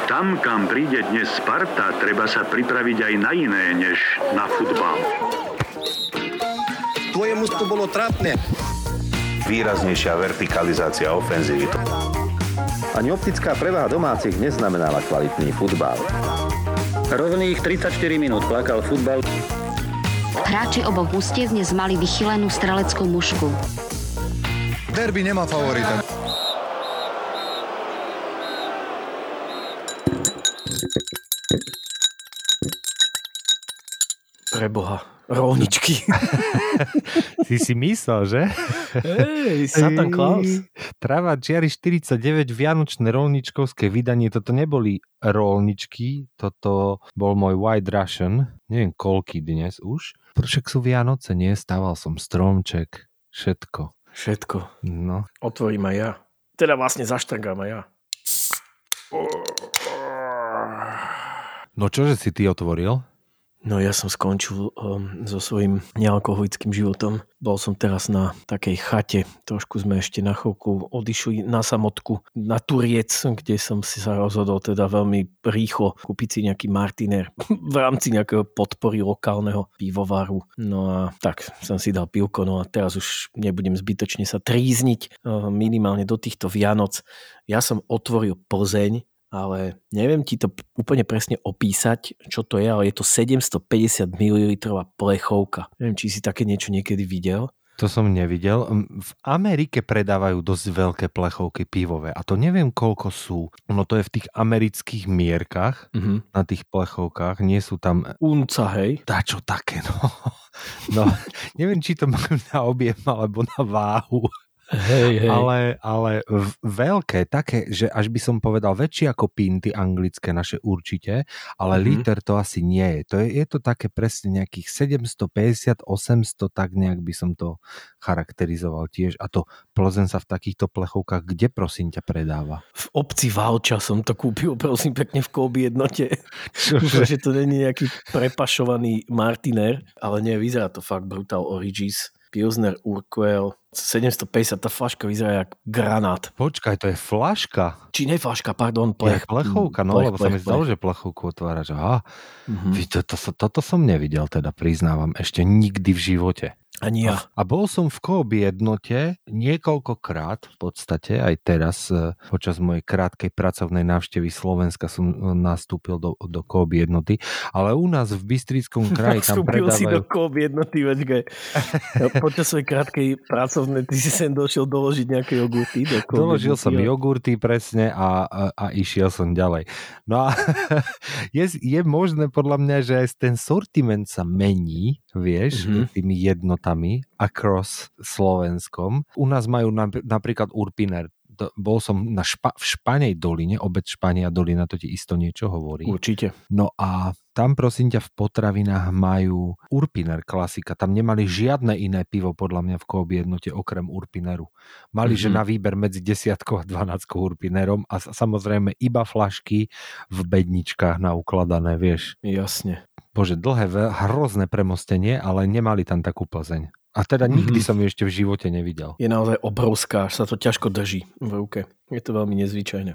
Tam, kam príde dnes Sparta, treba sa pripraviť aj na iné, než na futbal. Tvoje mužstvo bolo trápne. Výraznejšia vertikalizácia ofenzívy. Ani optická prevaha domácich neznamenala kvalitný futbal. Rovných 34 minút plakal futbal. Hráči oboch ústiev dnes mali vychylenú streleckú mušku. Derby nemá favorita. Preboha, rolničky. Si myslel, že? Hej, Satan Claus. Trava čiary 49, vianočné rolničkovské vydanie, toto neboli rolničky, toto bol môj White Russian, neviem koľký dnes už. Však sú Vianoce, nie? Stával som stromček, všetko. Všetko. No. Otvorím aj ja. Teda vlastne zaštrngám aj ja. No čože si ty otvoril? No ja som skončil so svojím nealkoholickým životom. Bol som teraz na takej chate. Trošku sme ešte na chvíľku odišli na samotku na Turiec, kde som si sa rozhodol teda veľmi rýchlo kúpiť si nejaký Martiner v rámci nejakého podpory lokálneho pivovaru. No a tak som si dal pivko, no a teraz už nebudem zbytočne sa trízniť minimálne do týchto Vianoc. Ja som otvoril Plzeň, ale neviem ti to úplne presne opísať, čo to je, ale je to 750 ml plechovka. Neviem, či si také niečo niekedy videl. To som nevidel. V Amerike predávajú dosť veľké plechovky pivové a to neviem, koľko sú. No to je v tých amerických mierkach, na tých plechovkách. Nie sú tam... Unca, hej? Dačo také, no. No, neviem, či to mám na objem alebo na váhu. Hej. Ale veľké, také, že až by som povedal väčšie ako pinty anglické naše určite, ale liter to asi nie je. Je to také presne nejakých 750, 800, tak nejak by som to charakterizoval tiež. A to Plzeň sa v takýchto plechovkách kde prosím ťa predáva? V obci Valča som to kúpil, prosím pekne v Kolby jednote. Že to není nejaký prepašovaný Martiner, ale nie, vyzerá to fakt Brutal Origins. Pilsner Urquell 750, tá fľaška vyzerá jak granát. Počkaj, to je fľaška? Či nie fľaška, pardon, plech. Je plechovka, no, lebo sa mi zdalo, že plechovku otváraš. Aha, toto som nevidel, teda priznávam, ešte nikdy v živote. Ani ja. A bol som v Coop jednote niekoľkokrát, v podstate aj teraz počas mojej krátkej pracovnej návštevy Slovenska som nastúpil do Coop jednoty, ale u nás v Bystrickom kraji tam predávajú... Nastúpil si do Coop jednoty, počkaj. Počas svojej krátkej pracovnej, ty si sem došiel doložiť nejaké jogurty do Coop. Doložil som jogurty presne a išiel som ďalej. No a je možné podľa mňa, že aj ten sortiment sa mení, vieš, tými jednotami across Slovenskom. U nás majú napríklad Urpiner. Bol som v Španej doline, obec Špania dolina, to ti isto niečo hovorí. Určite. No a tam prosím ťa v potravinách majú Urpiner, klasika. Tam nemali žiadne iné pivo podľa mňa v Coop jednote okrem Urpineru. Mali, že na výber medzi 10 a 12 Urpinerom a samozrejme iba flašky v bedničkách naukladané, vieš. Jasne. Bože, hrozné premostenie, ale nemali tam takú Plzeň. A teda nikdy som ju ešte v živote nevidel. Je naozaj obrovská, až sa to ťažko drží v ruke. Je to veľmi nezvyčajné.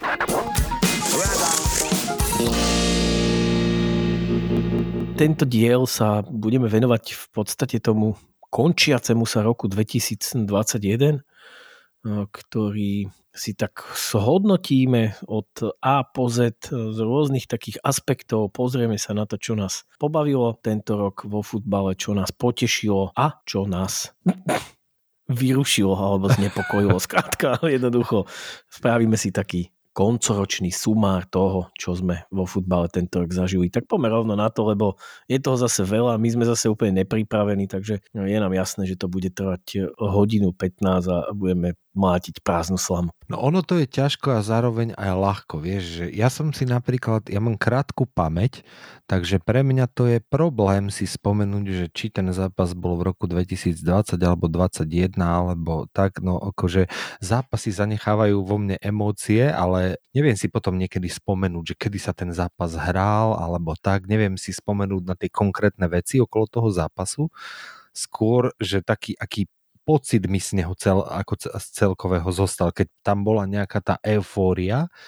Tento diel sa budeme venovať v podstate tomu končiacemu sa roku 2021, ktorý si tak zhodnotíme od A po Z z rôznych takých aspektov. Pozrieme sa na to, čo nás pobavilo tento rok vo futbale, čo nás potešilo a čo nás vyrušilo alebo znepokojilo. Skrátka, jednoducho spravíme si taký koncoročný sumár toho, čo sme vo futbale tento rok zažili. Tak poďme rovno na to, lebo je toho zase veľa, my sme zase úplne nepripravení, takže je nám jasné, že to bude trvať hodinu 15 a budeme mlátiť prázdnu slamu. No ono to je ťažko a zároveň aj ľahko, vieš, že ja som si napríklad, ja mám krátku pamäť, takže pre mňa to je problém si spomenúť, že či ten zápas bol v roku 2020 alebo 2021 alebo tak, no akože zápasy zanechávajú vo mne emócie, ale neviem si potom niekedy spomenúť, že kedy sa ten zápas hral alebo tak, neviem si spomenúť na tie konkrétne veci okolo toho zápasu, skôr, že taký aký pocit mi z neho ako z celkového zostal, keď tam bola nejaká tá eufória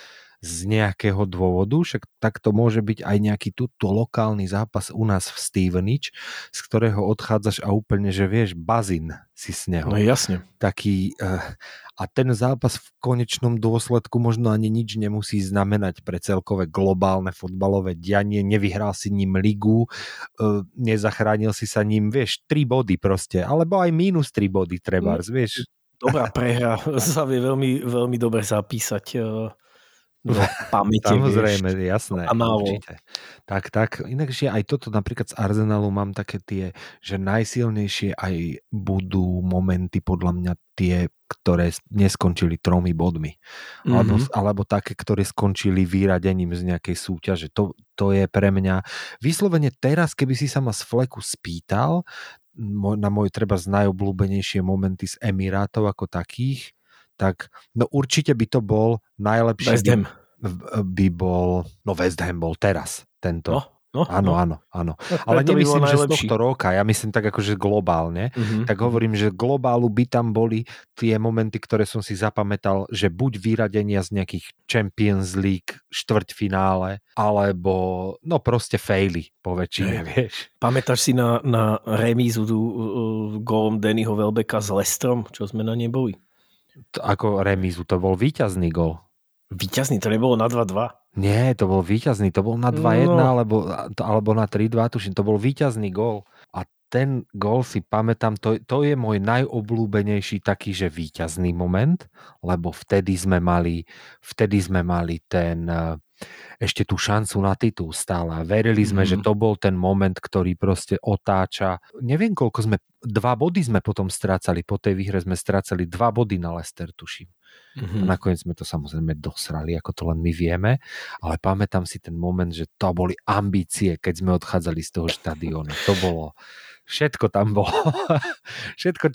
z nejakého dôvodu, však tak to môže byť aj nejaký túto lokálny zápas u nás v Stevenage, z ktorého odchádzaš a úplne, že vieš, bazín si z neho. No jasne. Taký, a ten zápas v konečnom dôsledku možno ani nič nemusí znamenať pre celkové globálne fotbalové dianie, nevyhral si ním ligu, nezachránil si sa ním, vieš, 3 body proste, alebo aj minus 3 body trebárs, vieš. Dobrá prehra sa vie veľmi, veľmi dobre zapísať do pamäte. Samozrejme, vieš, jasné, určite. Tak, inakže aj toto napríklad z Arsenalu mám také tie, že najsilnejšie aj budú momenty podľa mňa tie, ktoré neskončili 3 bodmi. Alebo také, ktoré skončili vyradením z nejakej súťaže. To je pre mňa vyslovene teraz, keby si sa ma z fleku spýtal na moje treba z najobľúbenejšie momenty z Emirátov ako takých, tak no určite by to bol najlepší. West Ham. By bol, no West Ham bol teraz, tento. Áno. Ale to nemyslím, by že z tohto roka, ja myslím tak akože globálne, tak hovorím, že globálu by tam boli tie momenty, ktoré som si zapamätal, že buď vyradenia z nejakých Champions League štvrťfinále, alebo no proste faily po väčšine, vieš. Pamätáš si na remízu gólom Dannyho Welbecka s Leicesterom, čo sme na nej boli? Ako remízu, to bol víťazný gól. Víťazný, to nebolo na 2-2? Nie, to bol víťazný, to bol na 2-1 alebo na 3-2, tuším, to bol víťazný gól. A ten gól si pamätám, to je môj najobľúbenejší taký, že víťazný moment, lebo vtedy sme mali ten ešte tú šancu na titul stále. Verili sme, že to bol ten moment, ktorý proste otáča. Neviem, koľko 2 body sme potom strácali. Po tej výhre sme strácali 2 body na Leicester, tuším. A nakoniec sme to samozrejme dosrali, ako to len my vieme. Ale pamätám si ten moment, že to boli ambície, keď sme odchádzali z toho štadiónu. To bolo... Všetko tam bolo. Všetko,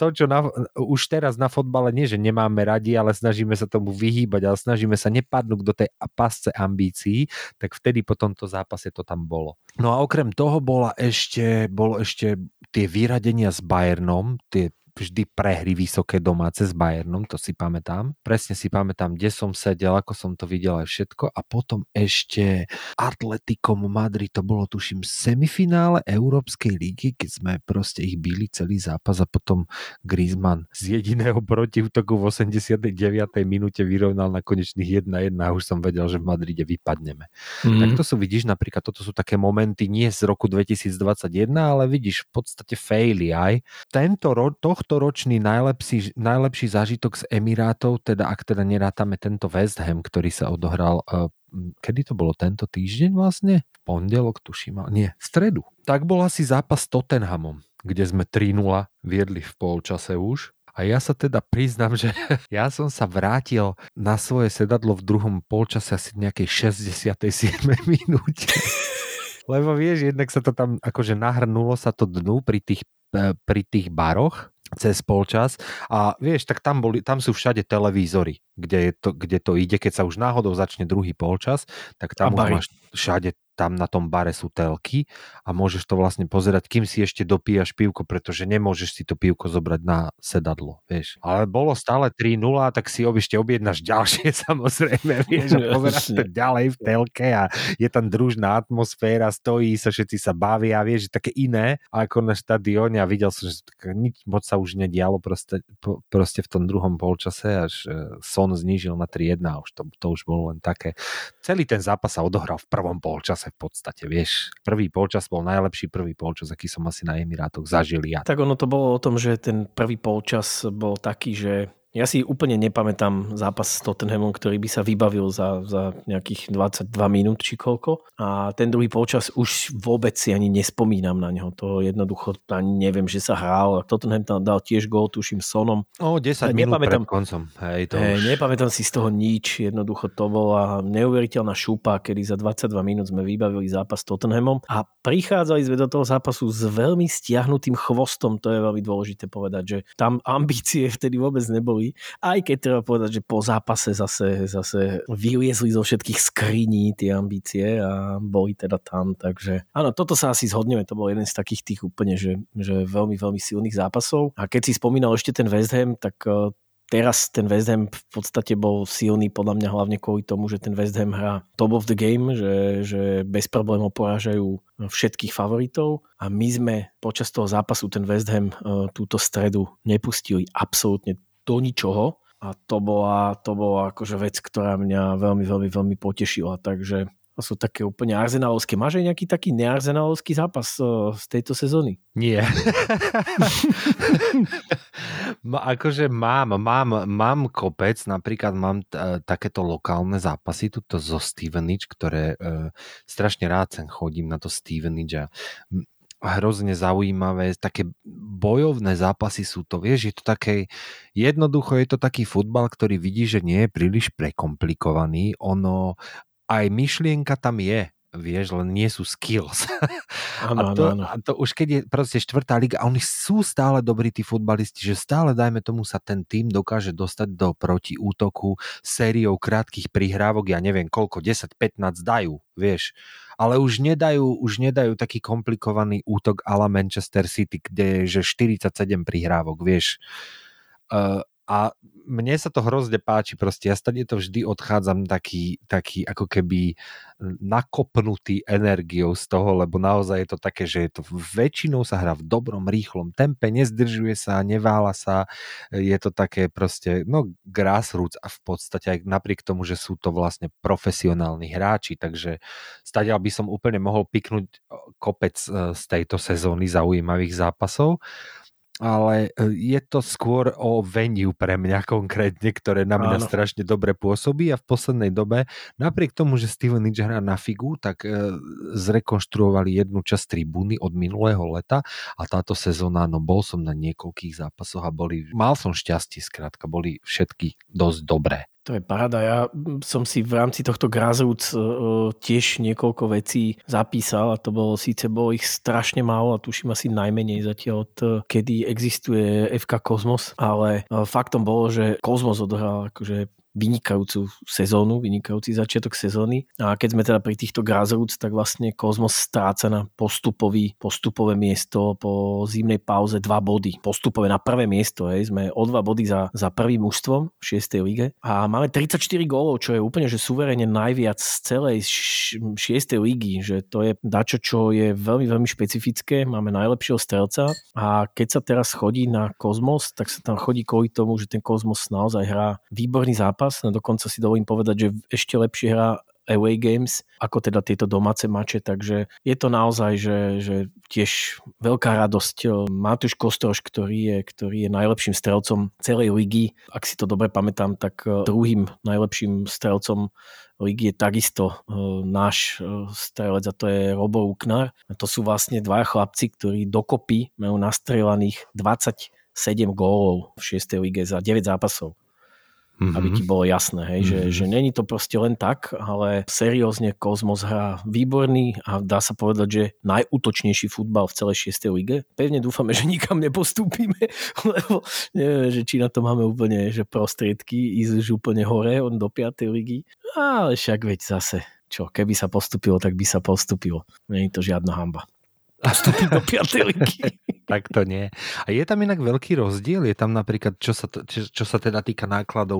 už teraz na fotbale nie, že nemáme radi, ale snažíme sa tomu vyhýbať, ale snažíme sa nepadnúť do tej pasce ambícií, tak vtedy po tomto zápase to tam bolo. No a okrem toho bolo ešte tie vyradenia s Bayernom, tie vždy prehry vysoké domáce s Bayernom, to si pamätám. Presne si pamätám, kde som sedel, ako som to videl aj všetko. A potom ešte Atletikom Madrid, to bolo tuším semifinále Európskej lígy, keď sme proste ich bili celý zápas a potom Griezmann z jediného protiútoku v 89. minúte vyrovnal na konečných 1-1 a už som vedel, že v Madride vypadneme. Tak to sú, vidíš, napríklad toto sú také momenty nie z roku 2021, ale vidíš v podstate faily aj. Tohtoročný najlepší zážitok z Emirátov, teda ak teda nerátame tento West Ham, ktorý sa odohral, kedy to bolo tento týždeň vlastne? V pondelok, tuším, nie, v stredu. Tak bol asi zápas s Tottenhamom, kde sme 3-0 viedli v polčase už. A ja sa teda priznám, že ja som sa vrátil na svoje sedadlo v druhom polčase asi nejakej 67. minúte. Lebo vieš, jednak sa to tam akože nahrnulo sa to dnu pri tých baroch cez polčas a vieš, tak tam sú všade televízory, kde to ide, keď sa už náhodou začne druhý polčas, tak tam už máš všade, tam na tom bare sú telky a môžeš to vlastne pozerať, kým si ešte dopíjaš pivko, pretože nemôžeš si to pivko zobrať na sedadlo, vieš. Ale bolo stále 3-0, tak si ešte objednáš ďalšie, samozrejme, vieš, a pozeráš to ďalej v telke a je tam družná atmosféra, stojí sa, všetci sa bavia, vieš, také iné ako na štadióne a videl som, že nič moc sa už nedialo proste v tom druhom polčase, až Son znížil na 3-1 a už to už bolo len také. Celý ten zápas sa odohral v prvom polčase v podstate, vieš. Prvý polčas bol najlepší prvý polčas, aký som asi na Emirátoch zažil ja. Tak ono to bolo o tom, že ten prvý polčas bol taký, že ja si úplne nepamätám zápas s Tottenhamom, ktorý by sa vybavil za nejakých 22 minút či koľko. A ten druhý polčas už vôbec si ani nespomínam na neho. To jednoducho ani neviem, že sa hral. Tottenham tam dal tiež gól, tuším, Sonom. 10 minút pred koncom. Nepamätám si z toho nič. Jednoducho to bola neuveriteľná šupa, kedy za 22 minút sme vybavili zápas s Tottenhamom. A prichádzali sme do toho zápasu s veľmi stiahnutým chvostom. To je veľmi dôležité povedať, že tam ambície vtedy vôbec neboli. Aj keď treba povedať, že po zápase zase vyliezli zo všetkých skriní tie ambície a boli teda tam, takže áno, toto sa asi zhodneme, to bol jeden z takých tých úplne, že veľmi, veľmi silných zápasov. A keď si spomínal ešte ten West Ham, tak teraz ten West Ham v podstate bol silný podľa mňa hlavne kvôli tomu, že ten West Ham hrá top of the game, že bez problémov porážajú všetkých favoritov a my sme počas toho zápasu ten West Ham túto stredu nepustili absolútne do ničoho a to bola akože vec, ktorá mňa veľmi, veľmi, veľmi potešila, takže to sú také úplne arzenálovské. Máš aj nejaký taký nearzenálovský zápas z tejto sezóny? Nie. Akože mám kopec, napríklad mám takéto lokálne zápasy, tuto zo Stevenage, ktoré strašne rád sem chodím na to Stevenage a hrozne zaujímavé, také bojovné zápasy sú to, vieš, je to také, jednoducho je to taký futbal, ktorý vidí, že nie je príliš prekomplikovaný, ono aj myšlienka tam je, vieš, len nie sú skills. Áno. A to už keď je proste 4. liga a oni sú stále dobrí tí futbalisti, že stále, dajme tomu, sa ten tým dokáže dostať do protiútoku sériou krátkych prihrávok, ja neviem koľko, 10-15 dajú, vieš. Ale už nedajú taký komplikovaný útok a la Manchester City, kde je že 47 prihrávok, vieš. A mne sa to hrozne páči, proste ja stade to vždy odchádzam taký ako keby nakopnutý energiou z toho, lebo naozaj je to také, že je to väčšinou sa hrá v dobrom, rýchlom tempe, nezdržuje sa, nevála sa, je to také proste, no grassroots a v podstate aj napriek tomu, že sú to vlastne profesionálni hráči, takže stadiaľ by som úplne mohol piknúť kopec z tejto sezóny zaujímavých zápasov. Ale je to skôr o venue pre mňa konkrétne, ktoré na mňa strašne dobre pôsobí a v poslednej dobe, napriek tomu, že Stevenage hrá na figu, tak zrekonštruovali jednu časť tribúny od minulého leta a táto sezóna, no bol som na niekoľkých zápasoch a mal som šťastie, skrátka, boli všetky dosť dobré. To je paráda. Ja som si v rámci tohto Grassroots tiež niekoľko vecí zapísal a to bolo ich strašne málo a tuším asi najmenej zatiaľ od kedy existuje FK Kozmos, ale faktom bolo, že Kozmos odohral akože vynikajúcu sezónu, vynikajúci začiatok sezóny a keď sme teda pri týchto Grassroots, tak vlastne Kozmos stráca na postupové miesto po zimnej pauze 2 body. Postupové na prvé miesto, sme o 2 body za prvým mužstvom v 6. lige a máme 34 gólov, čo je úplne že suverene najviac z celej 6. ligy, že to je dačo, čo je veľmi, veľmi špecifické, máme najlepšieho strelca a keď sa teraz chodí na Kozmos, tak sa tam chodí kvôli tomu, že ten Kozmos naozaj hrá výborný zápas. No dokonca si dovolím povedať, že ešte lepšie hrá away games, ako teda tieto domáce mače, takže je to naozaj, že tiež veľká radosť. Matúš Kostroš, ktorý je najlepším strelcom celej ligy, ak si to dobre pamätám, tak druhým najlepším strelcom ligy je takisto náš strelec a to je Robo Uknar. A to sú vlastne 2 chlapci, ktorí dokopy majú nastrelaných 27 gólov v 6. lige za 9 zápasov. Aby ti bolo jasné, hej, že není to proste len tak, ale seriózne Kozmos hrá výborný a dá sa povedať, že najútočnejší futbal v celej 6. lige. Pevne dúfame, že nikam nepostúpime, lebo neviem, že či na to máme úplne že prostriedky ísť už úplne hore do 5. ligy. Ale však veď zase, čo, keby sa postúpilo, tak by sa postúpilo. Není to žiadna hanba. Postúpiť do 5. ligy. Tak to nie. A je tam inak veľký rozdiel? Je tam napríklad, čo sa teda týka nákladov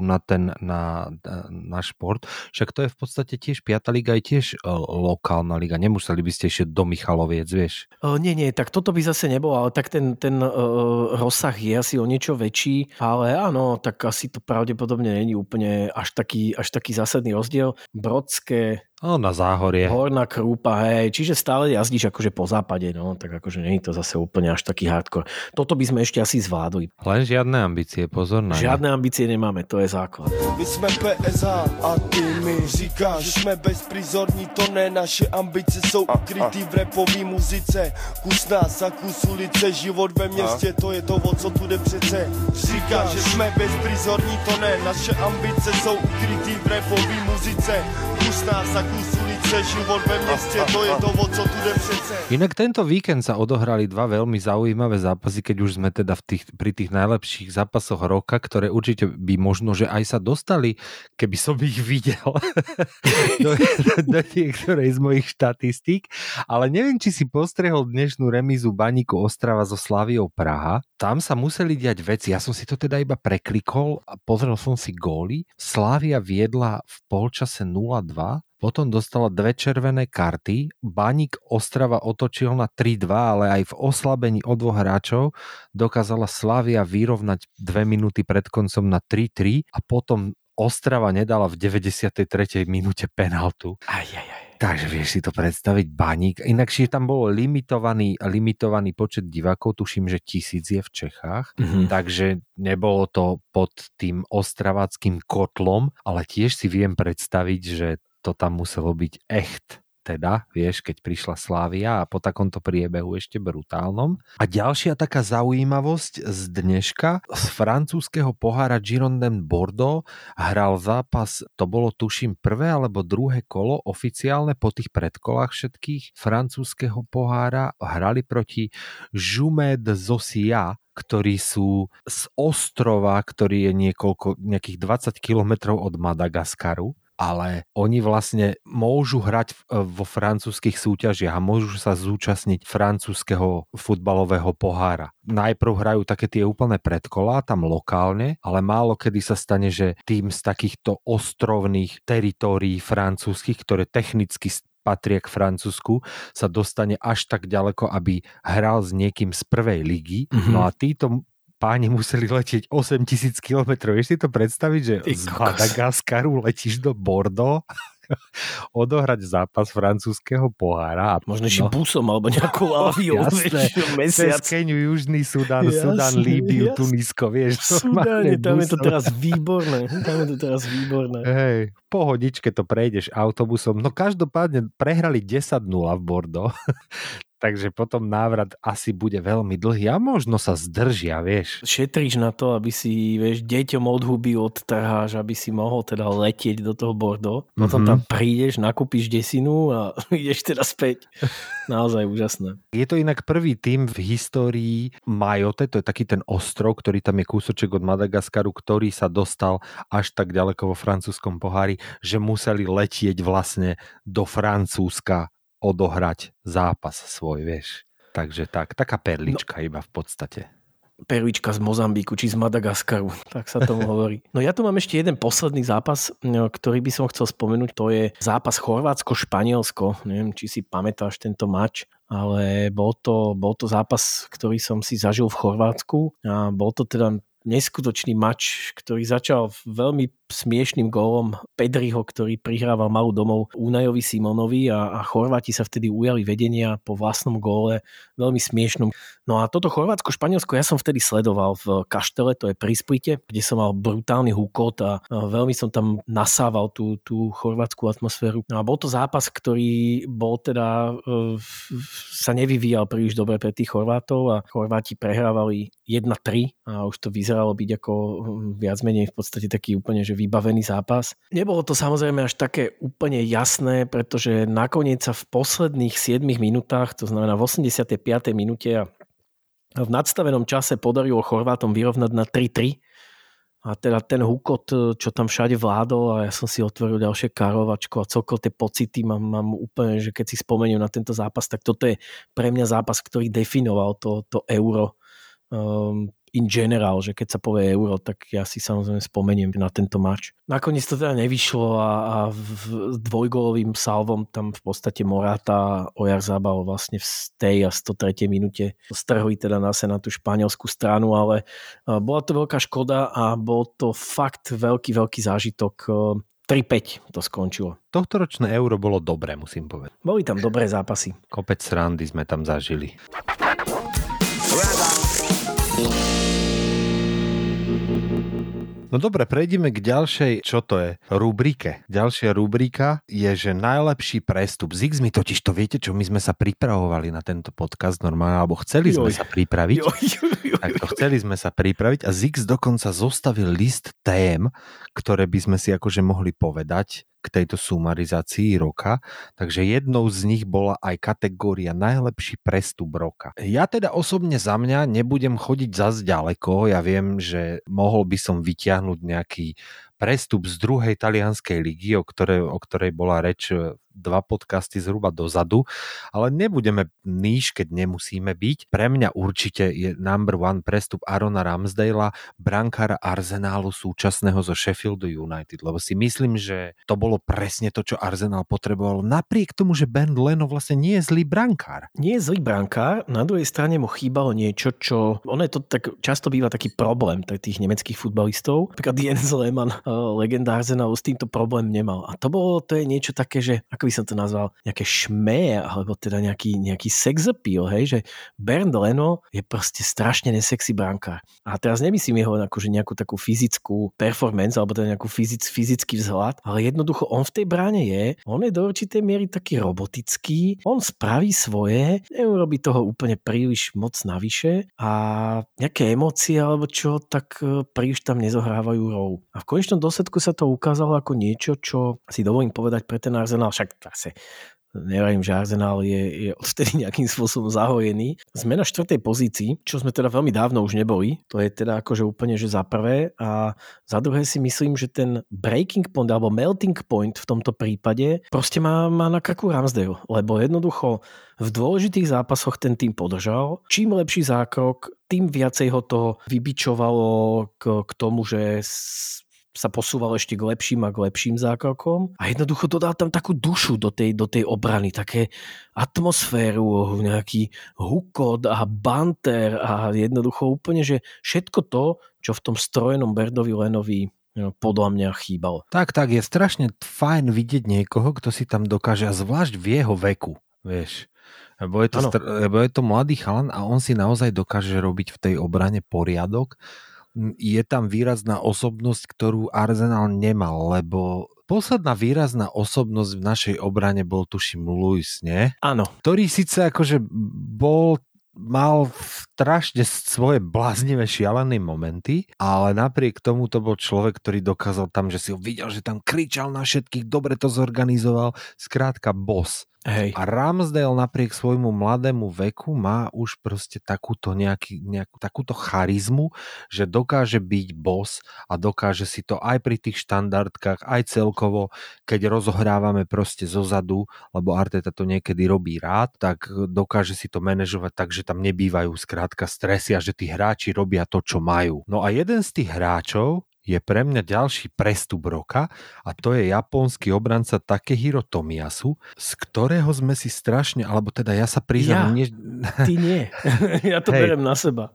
na šport? Však to je v podstate tiež 5. liga, je tiež lokálna liga. Nemuseli by ste ešte do Michaloviec, vieš? Nie, tak toto by zase nebolo, ale tak ten rozsah je asi o niečo väčší, ale áno, tak asi to pravdepodobne není úplne až taký zásadný rozdiel. Brodské, na Záhorie. Horná Krúpa, hej, čiže stále jazdíš akože po západe, no, tak akože nie je to zase úplne až taký hardcore. Toto by sme ešte asi zvládli. Len žiadne ambície, pozor na ne. Žiadne ambície nemáme, to je základ. My jsme PSA a ty mi říkáš, že jsme bezprizorní, to ne, naše ambice jsou ukrytý v rapový muzice. Kus nás a kus ulice, život ve městě, to je to, o co tu jde přece. Říkáš, že jsme bezprizorní, to ne, naše ambice jsou ukrytý v rapový muzice. Kus nás a kus ulice, život ve městě, to je to, o co tu jde přece. Inak tento víkend sa odohrali dva veľmi zaujímavé zápasy, keď už sme teda pri tých najlepších zápasoch roka, ktoré určite by možno, že aj sa dostali, keby som ich videl do niektorej z mojich štatistík. Ale neviem, či si postrehol dnešnú remízu Baníku Ostrava so Slaviou Praha. Tam sa museli diať veci. Ja som si to teda iba preklikol a pozrel som si góly. Slavia viedla v polčase 0-2. Potom dostala 2 červené karty, Baník Ostrava otočil na 3-2, ale aj v oslabení o 2 hráčov dokázala Slavia vyrovnať 2 minúty pred koncom na 3-3 a potom Ostrava nedala v 93. minúte penaltu. Takže vieš si to predstaviť, Baník. Inakšie tam bolo limitovaný počet divákov, tuším, že 1000 je v Čechách, takže nebolo to pod tým ostravackým kotlom, ale tiež si viem predstaviť, že to tam muselo byť echt. Teda, vieš, keď prišla Slavia a po takomto priebehu ešte brutálnom. A ďalšia taká zaujímavosť z dneška, z francúzskeho pohára Girondin Bordeaux hral zápas, to bolo tuším prvé alebo druhé kolo oficiálne po tých predkolách všetkých francúzskeho pohára, hrali proti Jumet de Zosia, ktorí sú z ostrova, ktorý je nejakých 20 kilometrov od Madagaskaru. Ale oni vlastne môžu hrať vo francúzskych súťažiach a môžu sa zúčastniť francúzskeho futbalového pohára. Najprv hrajú také tie úplné predkolá tam lokálne, ale málo kedy sa stane, že tým z takýchto ostrovných teritórií francúzskych, ktoré technicky patria k Francúzsku, sa dostane až tak ďaleko, aby hral s niekým z prvej ligy. No a títo páni museli letieť 8000 kilometrov. Vieš si to predstaviť, že z Madagaskaru letíš do Bordeaux odohrať zápas francúzskeho pohára. Možno ešte busom alebo nejakou aviou. Cez Keniu, Južný Sudán, Líbiu, Tunisko, vieš. Sudáne, tam je to teraz výborné. Hej, v pohodičke to prejdeš autobusom. No každopádne prehrali 10-0 v Bordeaux. Takže potom návrat asi bude veľmi dlhý a možno sa zdržia, vieš. Šetríš na to, aby si, vieš, deťom od huby odtrháš, aby si mohol teda letieť do toho Bordeaux. Potom tam prídeš, nakúpiš desinu a ideš teda späť. Naozaj úžasné. Je to inak prvý tým v histórii Mayotte, to je taký ten ostrov, ktorý tam je kúsoček od Madagaskaru, ktorý sa dostal až tak ďaleko vo francúzskom pohári, že museli letieť vlastne do Francúzska odohrať zápas svoj, vieš. Takže taká perlička iba v podstate. Perlička z Mozambiku, či z Madagaskaru, tak sa tomu hovorí. No ja tu mám ešte jeden posledný zápas, ktorý by som chcel spomenúť, to je zápas Chorvátsko-Španielsko. Neviem, či si pamätáš tento mač, ale bol to zápas, ktorý som si zažil v Chorvátsku a bol to teda neskutočný mač, ktorý začal veľmi smiešným gólom Pedriho, ktorý prihrával malú domov Unajovi Simonovi a Chorváti sa vtedy ujali vedenia po vlastnom góle, veľmi smiešnom. No a toto Chorvátsko-Španielsko ja som vtedy sledoval v Kaštele, to je pri Splite, kde som mal brutálny húkot a veľmi som tam nasával tú chorvátsku atmosféru. No a bol to zápas, ktorý bol teda sa nevyvíjal príliš dobre pre tých Chorvátov a Chorváti prehrávali 1-3 a už to vyzeralo byť ako viac menej v podstate taký úplne že vybavený zápas. Nebolo to samozrejme až také úplne jasné, pretože nakoniec sa v posledných 7 minútach, to znamená v 85. minúte a v nadstavenom čase podarilo Chorvátom vyrovnať na 3-3. A teda ten húkot, čo tam všade vládol a ja som si otvoril ďalšie karovačko a celkovo tie pocity mám úplne, že keď si spomeniem na tento zápas, tak toto je pre mňa zápas, ktorý definoval to euro in general, že keď sa povie euro, tak ja si samozrejme spomeniem na tento mač. Nakoniec to teda nevyšlo a dvojgólovým salvom tam v podstate Morata Oyarzabal vlastne v tej a 103. minúte strhli teda na tú španielskú stranu, ale bola to veľká škoda a bol to fakt veľký zážitok. 3-5 to skončilo. Tohtoročné euro bolo dobré, musím povedať. Boli tam dobré zápasy. Kopec srandy sme tam zažili. No dobre, prejdeme k ďalšej, čo to je? Rubrike. Ďalšia rubrika je, že najlepší prestup. Zix mi totiž to, viete čo, my sme sa pripravovali na tento podcast normálne, alebo chceli sme sa pripraviť. Chceli sme sa pripraviť a Zix dokonca zostavil list tém, ktoré by sme si akože mohli povedať, k tejto sumarizácii roka, takže jednou z nich bola aj kategória najlepší prestup roka. Ja teda osobne za mňa nebudem chodiť zas ďaleko, ja viem, že mohol by som vyťahnuť nejaký prestup z druhej talianskej ligy, o ktorej bola reč 2 podcasty zhruba dozadu, ale nebudeme níž, keď nemusíme byť. Pre mňa určite je number one prestup Arona Ramsdale'a, brankára Arsenálu súčasného zo Sheffieldu United, lebo si myslím, že to bolo presne to, čo Arsenal potreboval, napriek tomu, že Ben Leno vlastne nie je zlý brankár. Nie je zlý brankár, na druhej strane mu chýbalo niečo, čo... Ono je to tak, často býva taký problém tých nemeckých futbalistov. Napríklad Jens Lehmann, legenda Arsenalu, s týmto problém nemal. A to je niečo také, že, ako by som to nazval, nejaké šmeje, alebo teda nejaký sex appeal, hej, že Bernd Leno je proste strašne nesexy brankár. A teraz nemyslím jeho akože nejakú takú fyzickú performance, alebo teda nejakú fyzický vzhľad, ale jednoducho on v tej bráne on je do určitej miery taký robotický, on spraví svoje, neurobí toho úplne príliš moc navyše a nejaké emócie alebo čo, tak príliš tam nezohrávajú rolu. A v konečnom dôsledku sa to ukázalo ako niečo, čo si dovolím povedať pre ten Arsenal, však zase neverím, že Arsenal je odtedy nejakým spôsobom zahojený. Sme na 4. pozícii, čo sme teda veľmi dávno už neboli. To je teda akože úplne, že za prvé. A za druhé si myslím, že ten breaking point alebo melting point v tomto prípade proste má na krku Ramsdale. Lebo jednoducho v dôležitých zápasoch ten tým podržal. Čím lepší zákrok, tým viacej ho to vybičovalo k tomu, že sa posúval ešte k lepším zákrokom a jednoducho dodal tam takú dušu do tej obrany, také atmosféru, nejaký hukot a banter a jednoducho úplne, že všetko to, čo v tom strojenom Berdovi Lenovi podľa mňa chýbalo. Tak, je strašne fajn vidieť niekoho, kto si tam dokáže, a zvlášť v jeho veku, vieš. Lebo je to mladý chalan a on si naozaj dokáže robiť v tej obrane poriadok. Je tam výrazná osobnosť, ktorú Arsenal nemal, lebo posledná výrazná osobnosť v našej obrane bol, tuším, Luis, nie? Áno. Ktorý síce akože mal strašne svoje bláznivé šialené momenty, ale napriek tomu to bol človek, ktorý dokázal tam, že si ho videl, že tam kričal na všetkých, dobre to zorganizoval, skrátka boss. Hej. A Ramsdale napriek svojmu mladému veku má už proste takúto takúto charizmu, že dokáže byť boss a dokáže si to aj pri tých štandardkách, aj celkovo, keď rozohrávame proste zozadu, lebo Arteta to niekedy robí rád, tak dokáže si to manažovať tak, že tam nebývajú skrátka stresy a že tí hráči robia to, čo majú. No a jeden z tých hráčov je pre mňa ďalší prestup roka a to je japonský obranca Takehiro Tomiyasu, z ktorého sme si strašne, alebo teda ja sa priznám... Ty nie. Ja to berem na seba.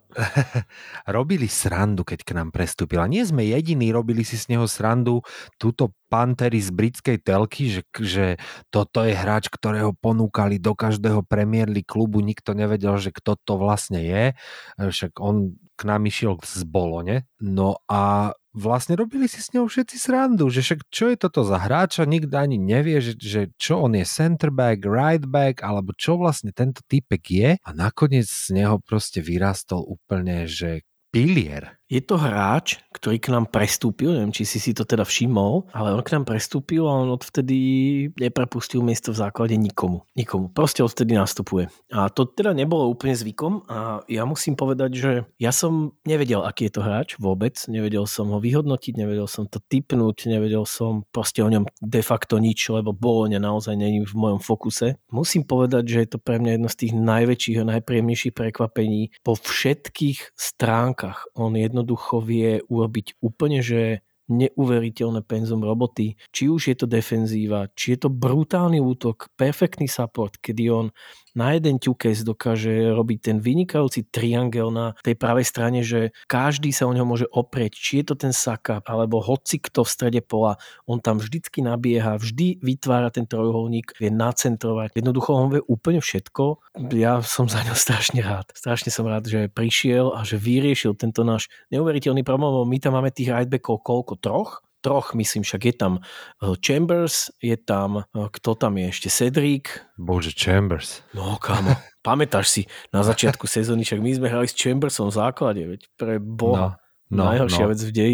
Robili srandu, keď k nám prestúpila. Nie sme jediní, robili si z neho srandu túto Pantery z britskej telky, že toto je hráč, ktorého ponúkali do každého Premier League klubu, nikto nevedel, že kto to vlastne je. Však on k nám išiel z Bolone. No a vlastne robili si s ňou všetci srandu, že však čo je toto za hráča, nikto ani nevie, že čo on je, center back, right back, alebo čo vlastne tento týpek je, a nakoniec z neho proste vyrástol úplne, že pilier. Je to hráč, ktorý k nám prestúpil, neviem, či si to teda všimol, ale on k nám prestúpil a on odvtedy neprepustil miesto v základe nikomu. Proste odvtedy nastupuje. A to teda nebolo úplne zvykom a ja musím povedať, že ja som nevedel, aký je to hráč vôbec, nevedel som ho vyhodnotiť, nevedel som to tipnúť, nevedel som proste o ňom de facto nič, lebo Bologna naozaj není v mojom fokuse. Musím povedať, že je to pre mňa jedno z tých najväčších a najpríjemnejších prekvapení po všetkých stránkach. On jednoducho vie urobiť úplne, že neuveriteľné penzum roboty. Či už je to defenzíva, či je to brutálny útok, perfektný support, kedy on na jeden ťukes dokáže robiť ten vynikajúci triangel na tej pravej strane, že každý sa o neho môže oprieť, či je to ten Saka, alebo hoci kto v strede pola, on tam vždycky nabieha, vždy vytvára ten trojuholník, vie nacentrovať. Jednoducho on vie úplne všetko. Ja som za ňo strašne rád. Strašne som rád, že prišiel a že vyriešil tento náš neuveriteľný problém. My tam máme tých rightbackov koľko? Troch, myslím, však je tam Chambers, je tam, kto tam je ešte, Cedric. Bože, Chambers. No, kámo, pamätáš si, na začiatku sezóny, však my sme hrali s Chambersom v základe, veď pre Boha, najhoršia vec v dejinách.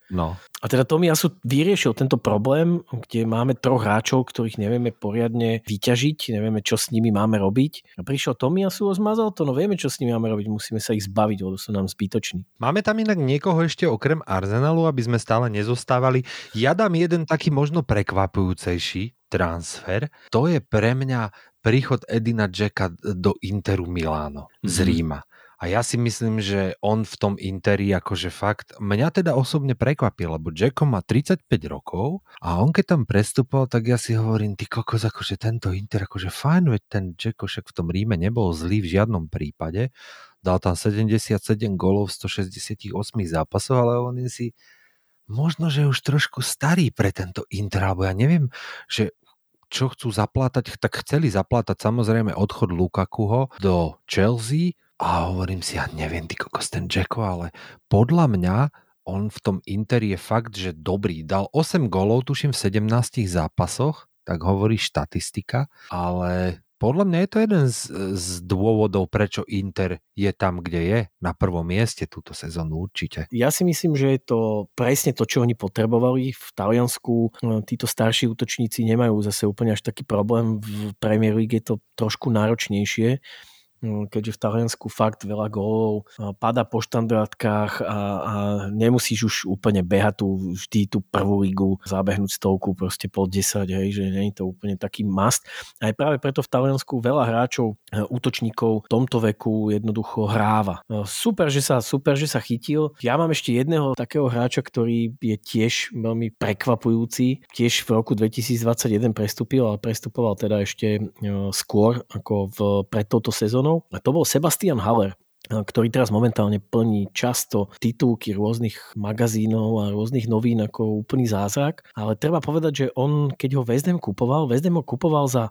No. A teda Tomiyasu vyriešil tento problém, kde máme 3 hráčov, ktorých nevieme poriadne vyťažiť, nevieme, čo s nimi máme robiť. A prišiel Tomiyasu a zmazal to, no vieme, čo s nimi máme robiť, musíme sa ich zbaviť, lebo sú nám zbytoční. Máme tam inak niekoho ešte okrem Arsenalu, aby sme stále nezostávali. Ja dám jeden taký možno prekvapujúcejší transfer. To je pre mňa príchod Edina Dzeka do Interu Miláno z Ríma. A ja si myslím, že on v tom Interi akože fakt, mňa teda osobne prekvapil, lebo Dzeko má 35 rokov a on keď tam prestupoval, tak ja si hovorím, ty kokos, akože tento Inter, akože fajn, veď ten Dzeko však v tom Ríme nebol zlý v žiadnom prípade, dal tam 77 gólov v 168 zápasoch, ale on si možno, že už trošku starý pre tento Inter, alebo ja neviem, že čo chcú zaplátať, tak chceli zaplátať samozrejme odchod Lukakuho do Chelsea a hovorím si, ja neviem, ty kokos ten Dzeko, ale podľa mňa on v tom Interi je fakt, že dobrý. Dal 8 gólov, tuším, v 17 zápasoch, tak hovorí štatistika, ale podľa mňa je to jeden z dôvodov, prečo Inter je tam, kde je, na prvom mieste túto sezónu určite. Ja si myslím, že je to presne to, čo oni potrebovali. V Taliansku títo starší útočníci nemajú zase úplne až taký problém. V Premier League je to trošku náročnejšie, keďže v Taliansku fakt veľa gólov padá po štandardkách a nemusíš už úplne behať vždy tú prvú ligu, zabehnúť stovku proste pod 10, hej, že nie je to úplne taký must. Aj práve preto v Taliansku veľa hráčov, útočníkov v tomto veku jednoducho hráva. Super, že sa chytil. Ja mám ešte jedného takého hráča, ktorý je tiež veľmi prekvapujúci. Tiež v roku 2021 prestupoval teda ešte skôr ako pred touto sezónou. A to bol Sebastian Haller, ktorý teraz momentálne plní často titulky rôznych magazínov a rôznych novín ako úplný zázrak. Ale treba povedať, že on, keď ho West Ham ho kupoval za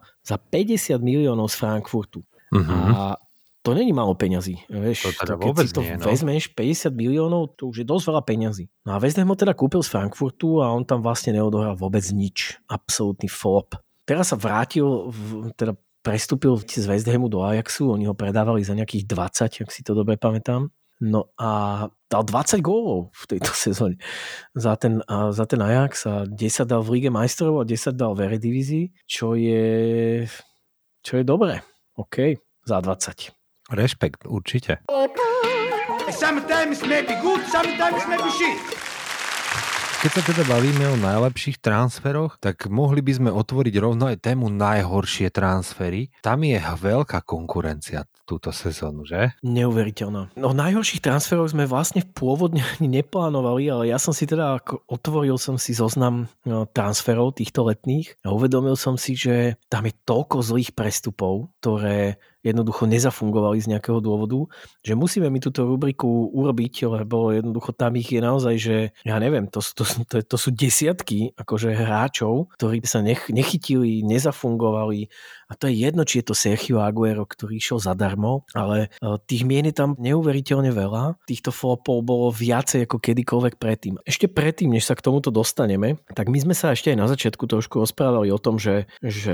50 miliónov z Frankfurtu. A to není málo peňazí. Vieš, to teda keď si to vezmeš 50 miliónov, to už je dosť veľa peňazí. No a West Ham ho teda kúpil z Frankfurtu a on tam vlastne neodohral vôbec nič. Absolútny flop. Teraz sa vrátil, teda prestúpil z West Hamu do Ajaxu, oni ho predávali za nejakých 20, ak si to dobre pamätám. No a dal 20 gólov v tejto sezóne za ten Ajax a 10 dal v Lige majstrov a 10 dal v Eredivízii, čo je dobré. OK, za 20. Rešpekt, určite. Sometimes maybe good, sometimes maybe shit. Keď sa teda bavíme o najlepších transferoch, tak mohli by sme otvoriť rovno aj tému najhoršie transfery. Tam je veľká konkurencia túto sezónu, že? Neuveriteľná. No najhorších transferov sme vlastne pôvodne ani neplánovali, ale ja som si teda otvoril som si zoznam transferov týchto letných a uvedomil som si, že tam je toľko zlých prestupov, ktoré jednoducho nezafungovali z nejakého dôvodu, že musíme mi túto rubriku urobiť, lebo jednoducho tam ich je naozaj, že ja neviem, to sú desiatky akože hráčov, ktorí sa nechytili, nezafungovali a to je jedno, či je to Sergio Aguero, ktorý išiel zadarmo, ale tých mien je tam neuveriteľne veľa, týchto flopov bolo viacej ako kedykoľvek predtým. Ešte predtým, než sa k tomuto dostaneme, tak my sme sa ešte aj na začiatku trošku rozprávali o tom, že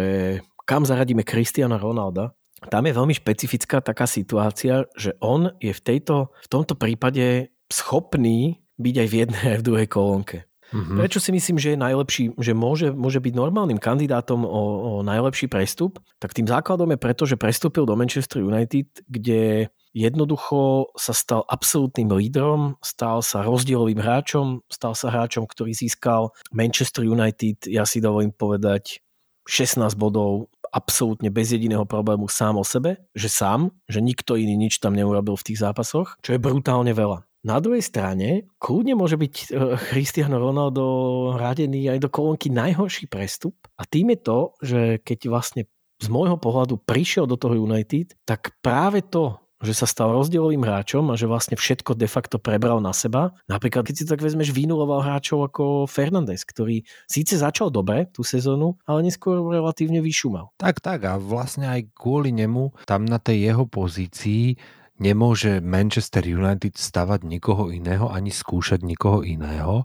kam zaradíme Cristiana Ronalda. Tam je veľmi špecifická taká situácia, že on je v tomto prípade schopný byť aj v jednej aj v druhej kolónke. Prečo si myslím, že je najlepší, že môže byť normálnym kandidátom o najlepší prestup? Tak tým základom je preto, že prestúpil do Manchester United, kde jednoducho sa stal absolútnym lídrom, stal sa rozdielovým hráčom, stal sa hráčom, ktorý získal Manchester United, ja si dovolím povedať, 16 bodov absolútne bez jediného problému sám o sebe, že nikto iný nič tam neurobil v tých zápasoch, čo je brutálne veľa. Na druhej strane, kľudne môže byť Cristiano Ronaldo radený aj do kolónky najhorší prestup a tým je to, že keď vlastne z môjho pohľadu prišiel do toho United, tak práve to, že sa stal rozdielovým hráčom a že vlastne všetko de facto prebral na seba. Napríklad, keď si tak vezmeš, vynuloval hráčov ako Fernandes, ktorý síce začal dobre tú sezónu, ale neskôr relatívne vyšumal. Tak a vlastne aj kvôli nemu tam na tej jeho pozícii nemôže Manchester United stavať nikoho iného ani skúšať nikoho iného,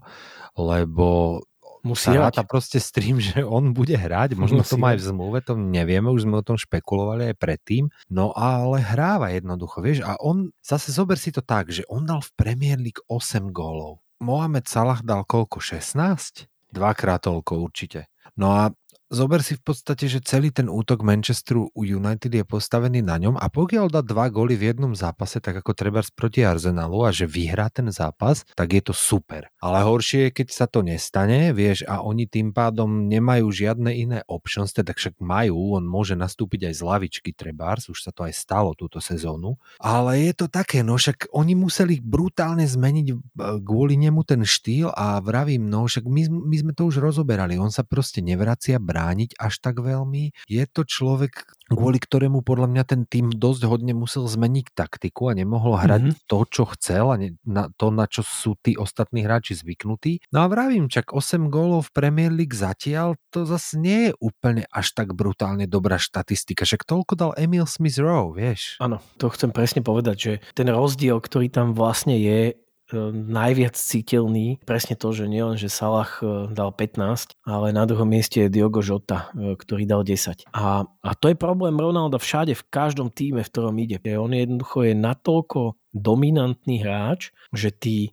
lebo musí sa ráta proste s tým, že on bude hrať. Možno to má aj v zmluve, to nevieme, už sme o tom špekulovali aj predtým. No ale hráva jednoducho, vieš. A on, zase zober si to tak, že on dal v Premier League 8 gólov. Mohamed Salah dal koľko? 16? Dvakrát toľko určite. No a zober si v podstate, že celý ten útok Manchesteru United je postavený na ňom a pokiaľ dá 2 góly v jednom zápase, tak ako trebárs proti Arsenalu a že vyhrá ten zápas, tak je to super. Ale horšie je, keď sa to nestane, vieš, a oni tým pádom nemajú žiadne iné options, teda však majú, on môže nastúpiť aj z lavičky trebárs, už sa to aj stalo túto sezónu, ale je to také, no však oni museli brutálne zmeniť kvôli nemu ten štýl a vravím, no však my sme to už rozoberali, on sa proste nevracia brániť až tak veľmi. Je to človek, kvôli ktorému podľa mňa ten tým dosť hodne musel zmeniť taktiku a nemohol hrať to, čo chcel a na čo sú tí ostatní hráči zvyknutí. No a vravím, čak 8 gólov v Premier League zatiaľ, to zase nie je úplne až tak brutálne dobrá štatistika. Však toľko dal Emil Smith Rowe, vieš. Áno, to chcem presne povedať, že ten rozdiel, ktorý tam vlastne je, najviac citeľný, presne to, že nielen, že Salah dal 15, ale na druhom mieste je Diogo Jota, ktorý dal 10. A to je problém Ronalda všade, v každom týme, v ktorom ide. On jednoducho je natoľko dominantný hráč, že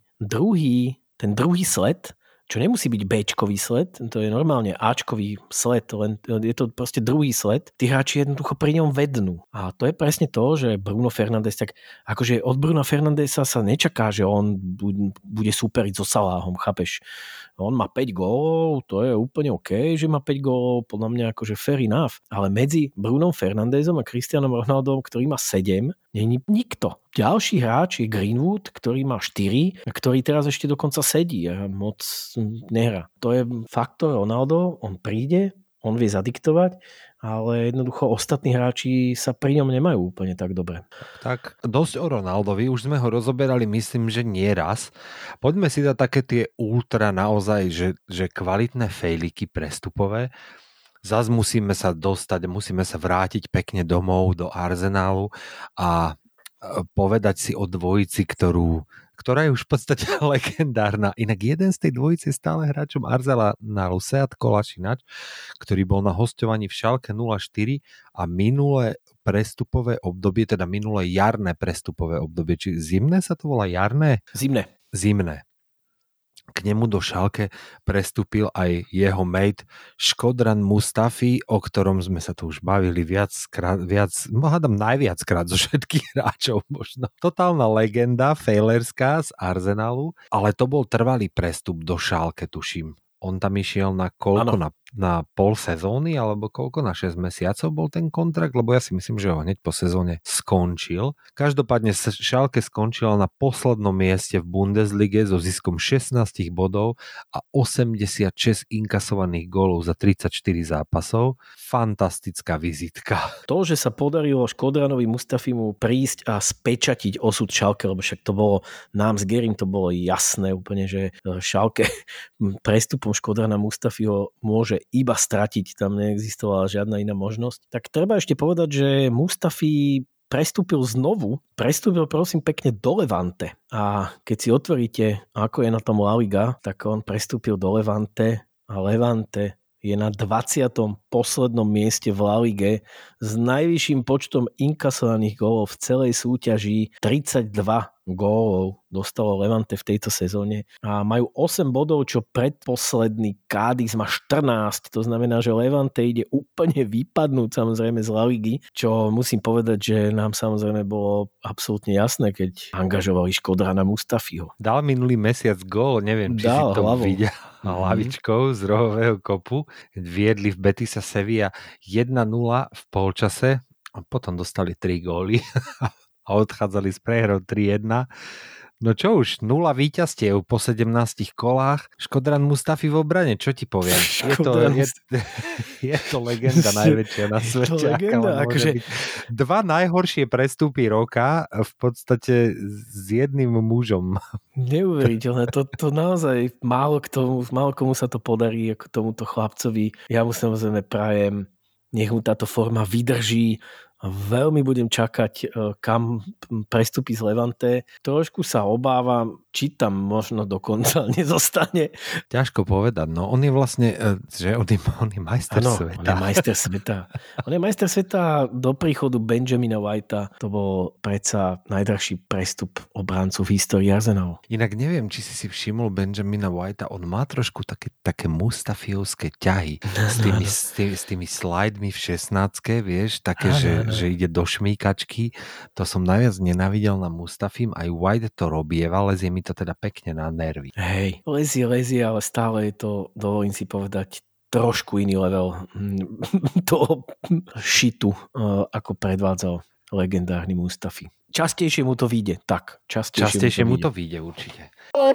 ten druhý sled, čo nemusí byť Bčkový sled, to je normálne Ačkový sled, len je to proste druhý sled, tí hráči jednoducho pri ňom vednú. A to je presne to, že Bruno Fernandes, tak akože od Bruna Fernandesa sa nečaká, že on bude superiť so Salahom, chápeš? On má 5 gólov, to je úplne OK, že má 5 gólov, podľa mňa akože fair enough. Ale medzi Brunom Fernandesom a Cristianom Ronaldom, ktorý má 7, nie je nikto. Ďalší hráč je Greenwood, ktorý má 4, ktorý teraz ešte dokonca sedí a moc nehrá. To je faktor Ronaldo, on príde, on vie zadiktovať, ale jednoducho ostatní hráči sa pri ňom nemajú úplne tak dobre. Tak dosť o Ronaldovi, už sme ho rozoberali, myslím, že nie raz. Poďme si dať také tie ultra naozaj, že kvalitné fejliky prestupové. Zas musíme sa vrátiť pekne domov do Arsenalu a povedať si o dvojici, ktorá je už v podstate legendárna. Inak jeden z tej dvojice je stále hráčom Arsenalu, Sead Kolasinac, ktorý bol na hosťovaní v Schalke 04 a minulé prestupové obdobie, teda minulé jarné prestupové obdobie, či zimné sa to volá jarné? Zimné. K nemu do Schalke prestúpil aj jeho mate Shkodran Mustafi, o ktorom sme sa tu už bavili hádam najviackrát zo všetkých hráčov možno. Totálna legenda, fejlerská z Arsenalu, ale to bol trvalý prestup do Schalke, tuším. On tam išiel na koľko? Na pol sezóny, alebo koľko? Na 6 mesiacov bol ten kontrakt, lebo ja si myslím, že ho hneď po sezóne skončil. Každopádne Schalke skončila na poslednom mieste v Bundeslige so ziskom 16 bodov a 86 inkasovaných gólov za 34 zápasov. Fantastická vizitka. To, že sa podarilo Škodranovi Mustafimu prísť a spečatiť osud Schalke, lebo však to bolo nám s Gerim, to bolo jasné úplne, že Schalke prestupom Škodrana Mustafiho môže iba stratiť, tam neexistovala žiadna iná možnosť. Tak treba ešte povedať, že Mustafi prestúpil prosím pekne do Levante. A keď si otvoríte, ako je na tom La Liga, tak on prestúpil do Levante a Levante je na 20. poslednom mieste v La Lige s najvyšším počtom inkasovaných gólov v celej súťaži. 32 gólov dostalo Levante v tejto sezóne a majú 8 bodov, čo predposledný Cádiz má 14. To znamená, že Levante ide úplne vypadnúť samozrejme z La Ligy, čo musím povedať, že nám samozrejme bolo absolútne jasné, keď angažovali Škodrana Mustafiho. Dal minulý mesiac gól, neviem, či si to videl hlavičkou z rohového kopu, keď viedli v Betisa Sevilla 1-0 v polčase a potom dostali 3 góly a odchádzali s prehrou 3-1. No čo už, 0 víťazstiev po 17 kolách. Škodran Mustafi v obrane, čo ti poviem? Je to legenda najväčšia na svete. Je to legenda, akože... Dva najhoršie prestupy roka v podstate s jedným mužom. Neuveriteľné, to naozaj málo komu sa to podarí, ako tomuto chlapcovi. Ja mu samozrejme prajem, nech mu táto forma vydrží. Veľmi budem čakať, kam prestúpi z Levante. Trošku sa obávam, či tam možno dokonca nezostane. Ťažko povedať, no on je vlastne, že on je majster sveta. On je majster sveta. On je majster sveta do príchodu Benjamina Whitea. To bol predsa najdrahší prestup obrancu v histórii Arsenalu. Inak neviem, či si všimol Benjamina Whitea, on má trošku také Mustafiovské ťahy s tými slidemi v 16-ke, vieš, také, že ide do šmíkačky. To som najviac nenávidel na Mustafim, aj White to robieva, lezie mi to teda pekne na nervy. Hej, lezie, ale stále je to, dovolím si povedať, trošku iný level toho šitu, ako predvádzal legendárny Mustafi. Častejšie mu to vyjde, tak. Častejšie mu to vyjde, určite.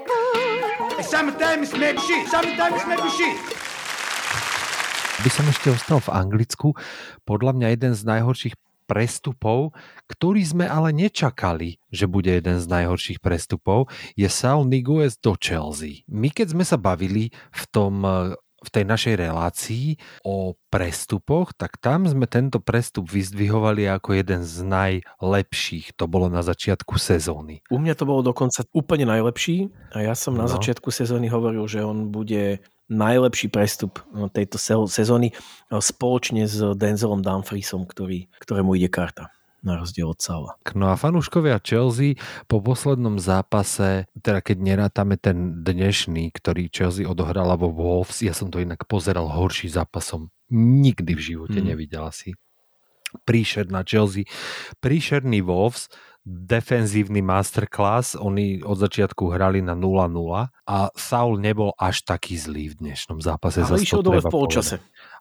By som ešte ostal v Anglicku, podľa mňa jeden z najhorších prestupov, ktorý sme ale nečakali, že bude jeden z najhorších prestupov, je Saul Niguez do Chelsea. My keď sme sa bavili v tej našej relácii o prestupoch, tak tam sme tento prestup vyzdvihovali ako jeden z najlepších. To bolo na začiatku sezóny. U mňa to bolo dokonca úplne najlepší a ja som na začiatku sezóny hovoril, že on bude najlepší prestup tejto sezóny spoločne s Denzelom Dumfriesom, ktorému ide karta na rozdiel od Saula. No a fanúškovia Chelsea po poslednom zápase, teda keď nerátame ten dnešný, ktorý Chelsea odohrala vo Wolves, ja som to inak pozeral horší zápasom nikdy v živote nevidel asi. Príšerná Chelsea, príšerný Wolves, defenzívny masterclass, oni od začiatku hrali na 0-0 a Saul nebol až taký zlý v dnešnom zápase. Ale išiel dole v polčase.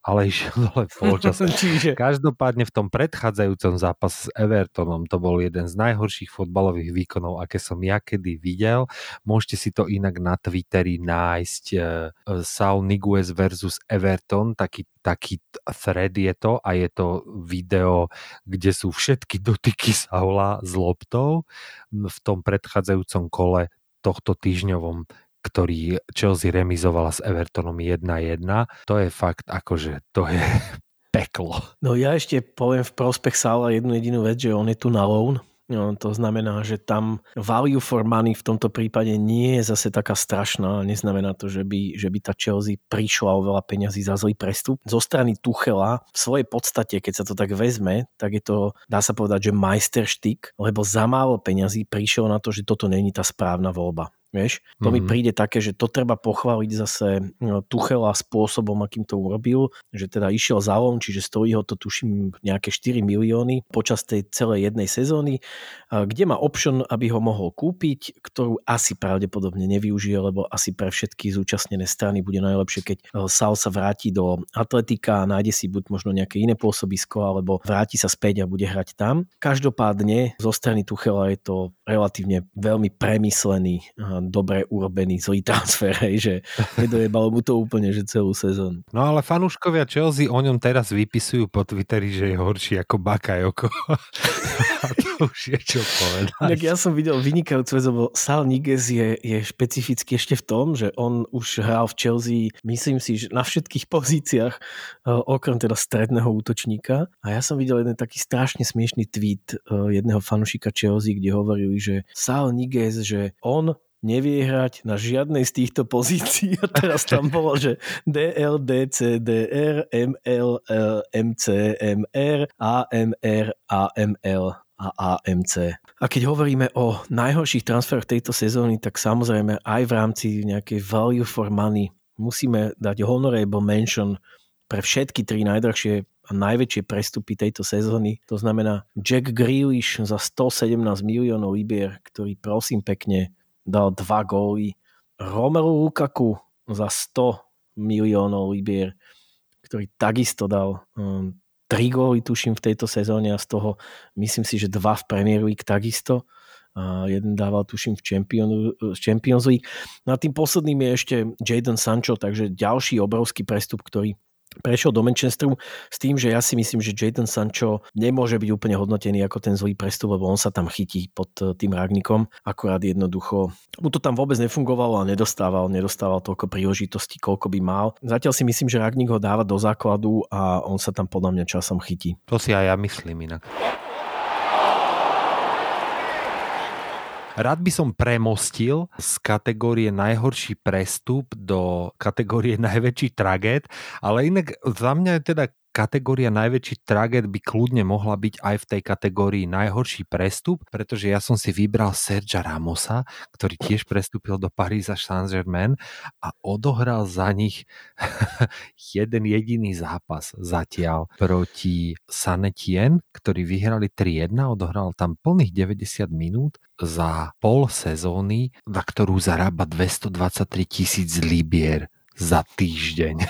Každopádne v tom predchádzajúcom zápase s Evertonom to bol jeden z najhorších fotbalových výkonov, aké som ja kedy videl. Môžete si to inak na Twitteri nájsť. Saul Niguez versus Everton, taký thread je to a je to video, kde sú všetky dotyky Saula s loptou v tom predchádzajúcom kole tohto týždňovom, ktorý Chelsea remizovala s Evertonom 1-1. To je fakt akože, to je peklo. No ja ešte poviem v prospech Saula jednu jedinú vec, že on je tu na loan. No, to znamená, že tam value for money v tomto prípade nie je zase taká strašná. Neznamená to, že by tá Chelsea prišla o veľa peňazí za zlý prestup. Zo strany Tuchela v svojej podstate, keď sa to tak vezme, tak je to, dá sa povedať, že majsterštyk, lebo za málo peňazí prišiel na to, že toto není tá správna voľba. Vieš? To mi príde také, že to treba pochváliť zase Tuchela spôsobom, akým to urobil, že teda išiel za loan, čiže stojí ho to tuším nejaké 4 milióny počas tej celej jednej sezóny, kde má option, aby ho mohol kúpiť, ktorú asi pravdepodobne nevyužije, lebo asi pre všetky zúčastnené strany bude najlepšie, keď Saul sa vráti do Atletika a nájde si buď možno nejaké iné pôsobisko, alebo vráti sa späť a bude hrať tam. Každopádne zo strany Tuchela je to relatívne veľmi premyslený, dobre urobený zlý transfer, že nedojebalo mu to úplne, že celú sezónu. No ale fanúškovia Chelsea o ňom teraz vypisujú po Twitteri, že je horší ako Bakayoko. A to už je čo povedať. Tak ja som videl vynikajúcu vec, lebo Saul Niguez je špecificky ešte v tom, že on už hral v Chelsea, myslím si, že na všetkých pozíciách, okrem teda stredného útočníka. A ja som videl jeden taký strašne smiešný tweet jedného fanúšika Chelsea, kde hovorili, že Saul Niguez, že on nevie hrať na žiadnej z týchto pozícií a teraz tam bolo, že DL, DC, DR, ML, MC, MR, AMR, AML a AMC. A keď hovoríme o najhorších transferoch tejto sezóny, tak samozrejme aj v rámci nejakej value for money musíme dať honorable mention pre všetky tri najdrahšie a najväčšie prestupy tejto sezóny. To znamená Jack Grealish za 117 miliónov libier, ktorý prosím pekne dal 2 góly. Romelu Lukaku za 100 miliónov libier, ktorý takisto dal 3 góly, tuším, v tejto sezóne a z toho myslím si, že 2 v Premier League takisto. A jeden dával, tuším, v Champions League. No a tým posledným je ešte Jadon Sancho, takže ďalší obrovský prestup, ktorý prešiel do Manchesteru s tým, že ja si myslím, že Jadon Sancho nemôže byť úplne hodnotený ako ten zlý prestup, lebo on sa tam chytí pod tým Rangnickom. Akurát jednoducho mu to tam vôbec nefungovalo a nedostával toľko príležitostí, koľko by mal. Zatiaľ si myslím, že Rangnick ho dáva do základu a on sa tam podľa mňa časom chytí. To si aj ja myslím inak. Rád by som premostil z kategórie najhorší prestup do kategórie najväčší tragéd, ale inak za mňa je teda kategória najväčší tragéd by kľudne mohla byť aj v tej kategórii najhorší prestup, pretože ja som si vybral Sergia Ramosa, ktorý tiež prestúpil do Parísa Saint-Germain a odohral za nich jeden jediný zápas zatiaľ proti Saint-Étienne, ktorí vyhrali 3-1, odohral tam plných 90 minút za pol sezóny, na ktorú zarába 223 000 libier za týždeň.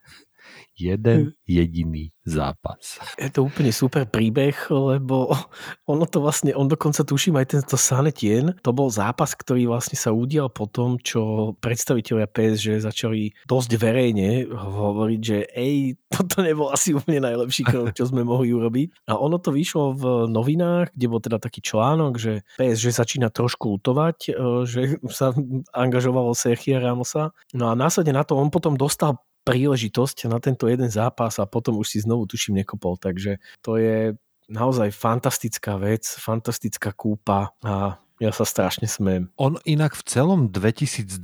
Jeden jediný zápas. Je to úplne super príbeh, lebo on dokonca tuším aj tento Saint-Étienne, to bol zápas, ktorý vlastne sa udial po tom, čo predstavitelia PSG začali dosť verejne hovoriť, že toto nebol asi úplne najlepší krok, čo sme mohli urobiť. A ono to vyšlo v novinách, kde bol teda taký článok, že PSG začína trošku lutovať, že sa angažovalo Sergia Ramosa. No a následne na to on potom dostal príležitosť na tento jeden zápas a potom už si znovu tuším nekopol, takže to je naozaj fantastická vec, fantastická kúpa a ja sa strašne smejem. On inak v celom 2021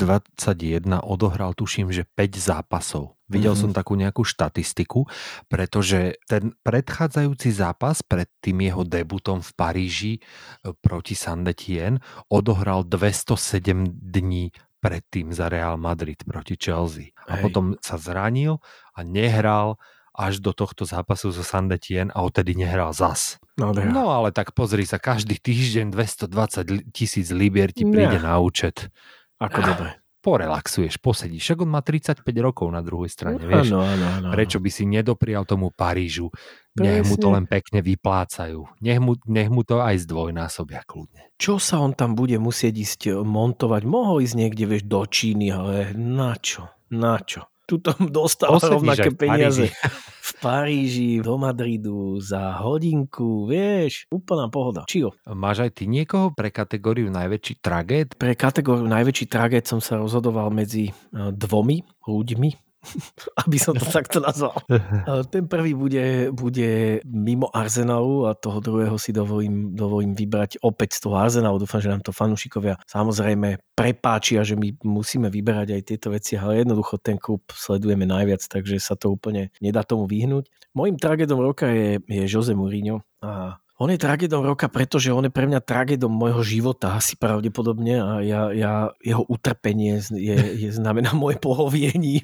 odohral tuším, že 5 zápasov. Videl som takú nejakú štatistiku, pretože ten predchádzajúci zápas pred tým jeho debutom v Paríži proti Saint-Étienne odohral 207 dní predtým za Real Madrid proti Chelsea. A potom sa zranil a nehral až do tohto zápasu so Saint-Étienne a odtedy nehral zas. No ale tak pozri sa, každý týždeň 220 000 libier ti príde na účet. Ako dobre. Porelaxuješ, posedíš. Však on má 35 rokov na druhej strane, vieš. Áno. Prečo by si nedoprial tomu Parížu? Nech mu to len pekne vyplácajú. Nech mu to aj zdvojnásobia kľudne. Čo sa on tam bude musieť ísť montovať? Mohol ísť niekde, vieš, do Číny, ale na čo? Tuto dostal rovnaké peniaze v Paríži, do Madridu za hodinku, vieš, úplná pohoda. Chill. Máš aj ty niekoho pre kategóriu najväčší tragéd? Pre kategóriu najväčší tragéd som sa rozhodoval medzi dvomi ľuďmi, aby som to takto nazval. Ten prvý bude mimo Arsenalu a toho druhého si dovolím vybrať opäť z toho Arsenalu. Dúfam, že nám to fanúšikovia samozrejme prepáčia, že my musíme vyberať aj tieto veci, ale jednoducho ten klub sledujeme najviac, takže sa to úplne nedá tomu vyhnúť. Mojím tragédom roka je Jose Mourinho a on je tragédom roka, pretože on je pre mňa tragédom môjho života asi pravdepodobne a jeho utrpenie znamená moje pohoviení.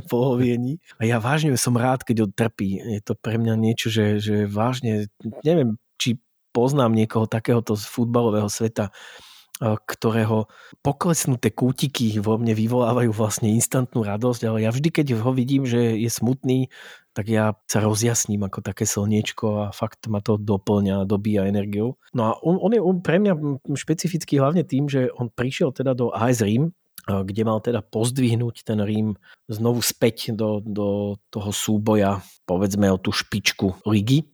A ja vážne som rád, keď on trpí. Je to pre mňa niečo, že vážne, neviem, či poznám niekoho takéhoto z futbalového sveta, ktorého poklesnuté kútiky vo mne vyvolávajú vlastne instantnú radosť, ale ja vždy, keď ho vidím, že je smutný, tak ja sa rozjasním ako také slniečko a fakt ma to doplňa, dobíja energiou. No a on je pre mňa špecifický hlavne tým, že on prišiel teda do AS Rím, kde mal teda pozdvihnúť ten Rím znovu späť do toho súboja, povedzme o tú špičku ligy.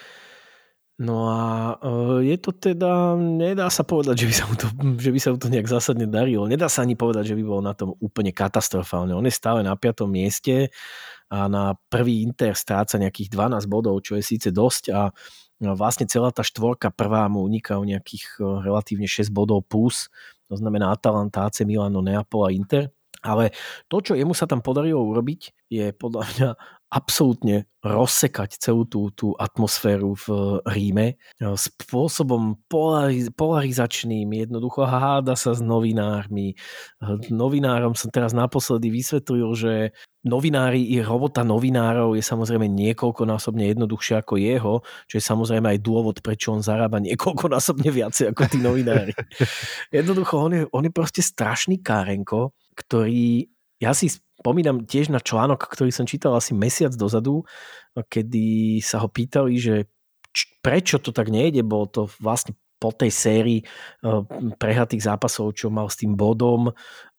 No a je to teda, nedá sa povedať, že by sa mu to nejak zásadne darilo. Nedá sa ani povedať, že by bol na tom úplne katastrofálne. On je stále na 5. mieste a na prvý Inter stráca nejakých 12 bodov, čo je síce dosť a vlastne celá tá štvorka prvá mu uniká o nejakých relatívne 6 bodov plus. To znamená Atalanta, AC Milano, Neapol a Inter. Ale to, čo jemu sa tam podarilo urobiť, je podľa mňa absolútne rozsekať celú tú atmosféru v Ríme spôsobom polarizačným, jednoducho háda sa s novinármi. Novinárom som teraz naposledy vysvetlil, že robota novinárov je samozrejme niekoľkonásobne jednoduchšia ako jeho, čo je samozrejme aj dôvod, prečo on zarába niekoľkonásobne viacej ako tí novinári. Jednoducho, on je proste strašný kárenko, ktorý, ja si spomínam tiež na článok, ktorý som čítal asi mesiac dozadu, kedy sa ho pýtali, že prečo to tak nejde, bolo to vlastne po tej sérii prehratých zápasov, čo mal s tým bodom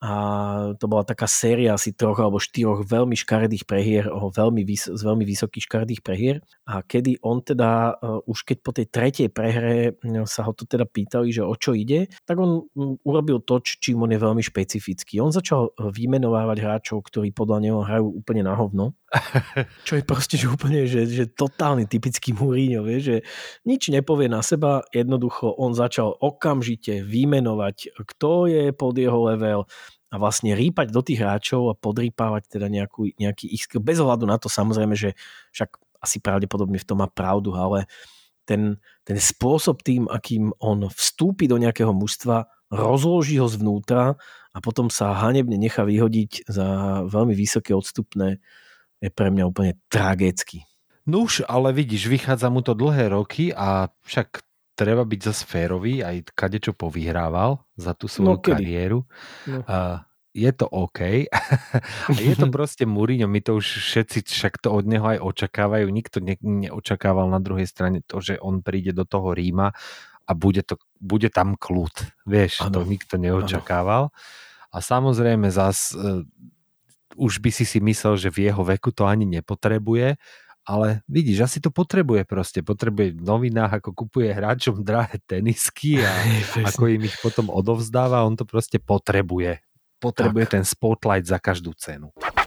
a to bola taká séria asi 3 alebo 4 veľmi škaredých prehier, z veľmi vysokých škaredých prehier a kedy on teda už keď po tej tretej prehre sa ho to teda pýtali, že o čo ide, tak on urobil to, čím on je veľmi špecifický. On začal vymenovávať hráčov, ktorí podľa neho hrajú úplne na hovno. Čo je proste že úplne že totálny typický Mourinho, že nič nepovie na seba, jednoducho on začal okamžite vymenovať, kto je pod jeho level a vlastne rýpať do tých hráčov a podrýpávať teda nejaký ich skill. Bez ohľadu na to samozrejme, že však asi pravdepodobne v tom má pravdu, ale ten spôsob tým, akým on vstúpi do nejakého mužstva, rozloží ho zvnútra a potom sa hanebne nechá vyhodiť za veľmi vysoké odstupné, je pre mňa úplne tragický. Nuž, ale vidíš, vychádza mu to dlhé roky a však treba byť zase férový, aj kadečo povyhrával za tú svoju kariéru. No. Je to OK. Je to proste Mourinho, my to už všetci však to od neho aj očakávajú. Nikto neočakával na druhej strane to, že on príde do toho Ríma a bude tam kľud. Vieš, to nikto neočakával. A samozrejme zas už by si myslel, že v jeho veku to ani nepotrebuje, ale vidíš, asi to potrebuje proste. Potrebuje v novinách, ako kupuje hráčom drahé tenisky a ako im ich potom odovzdáva, on to proste potrebuje. Potrebuje ten spotlight za každú cenu.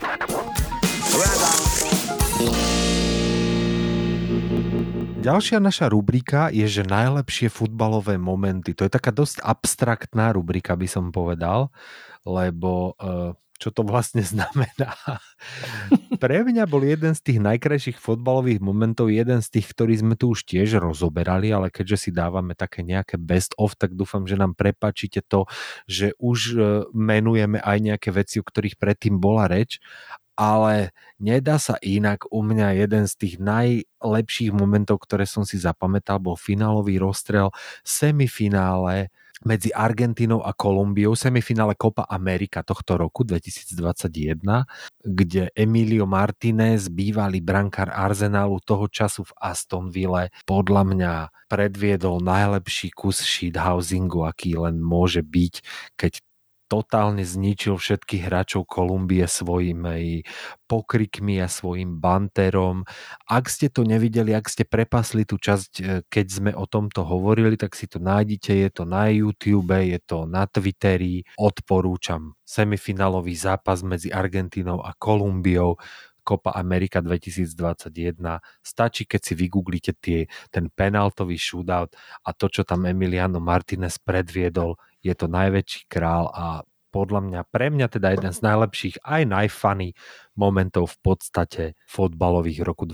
Ďalšia naša rubrika je, že najlepšie futbalové momenty. To je taká dosť abstraktná rubrika, by som povedal, lebo čo to vlastne znamená. Pre mňa bol jeden z tých najkrajších futbalových momentov, jeden z tých, ktorý sme tu už tiež rozoberali, ale keďže si dávame také nejaké best of, tak dúfam, že nám prepáčite to, že už menujeme aj nejaké veci, o ktorých predtým bola reč, ale nedá sa inak. U mňa jeden z tých najlepších momentov, ktoré som si zapamätal, bol finálový rozstrel semifinále medzi Argentínou a Kolumbiou, semifinále Copa America tohto roku 2021, kde Emilio Martinez, bývalý brankár Arsenalu toho času v Astonville, podľa mňa predviedol najlepší kus shithousingu, aký len môže byť, keď totálne zničil všetkých hráčov Kolumbie svojimi pokrikmi a svojim banterom. Ak ste to nevideli, ak ste prepasli tú časť, keď sme o tomto hovorili, tak si to nájdete, je to na YouTube, je to na Twitteri. Odporúčam semifinálový zápas medzi Argentínou a Kolumbiou, Copa America 2021. Stačí, keď si vygooglite ten penaltový shootout a to, čo tam Emiliano Martinez predviedol, je to najväčší král a podľa mňa, pre mňa teda jeden z najlepších aj najfunny momentov v podstate fotbalových roku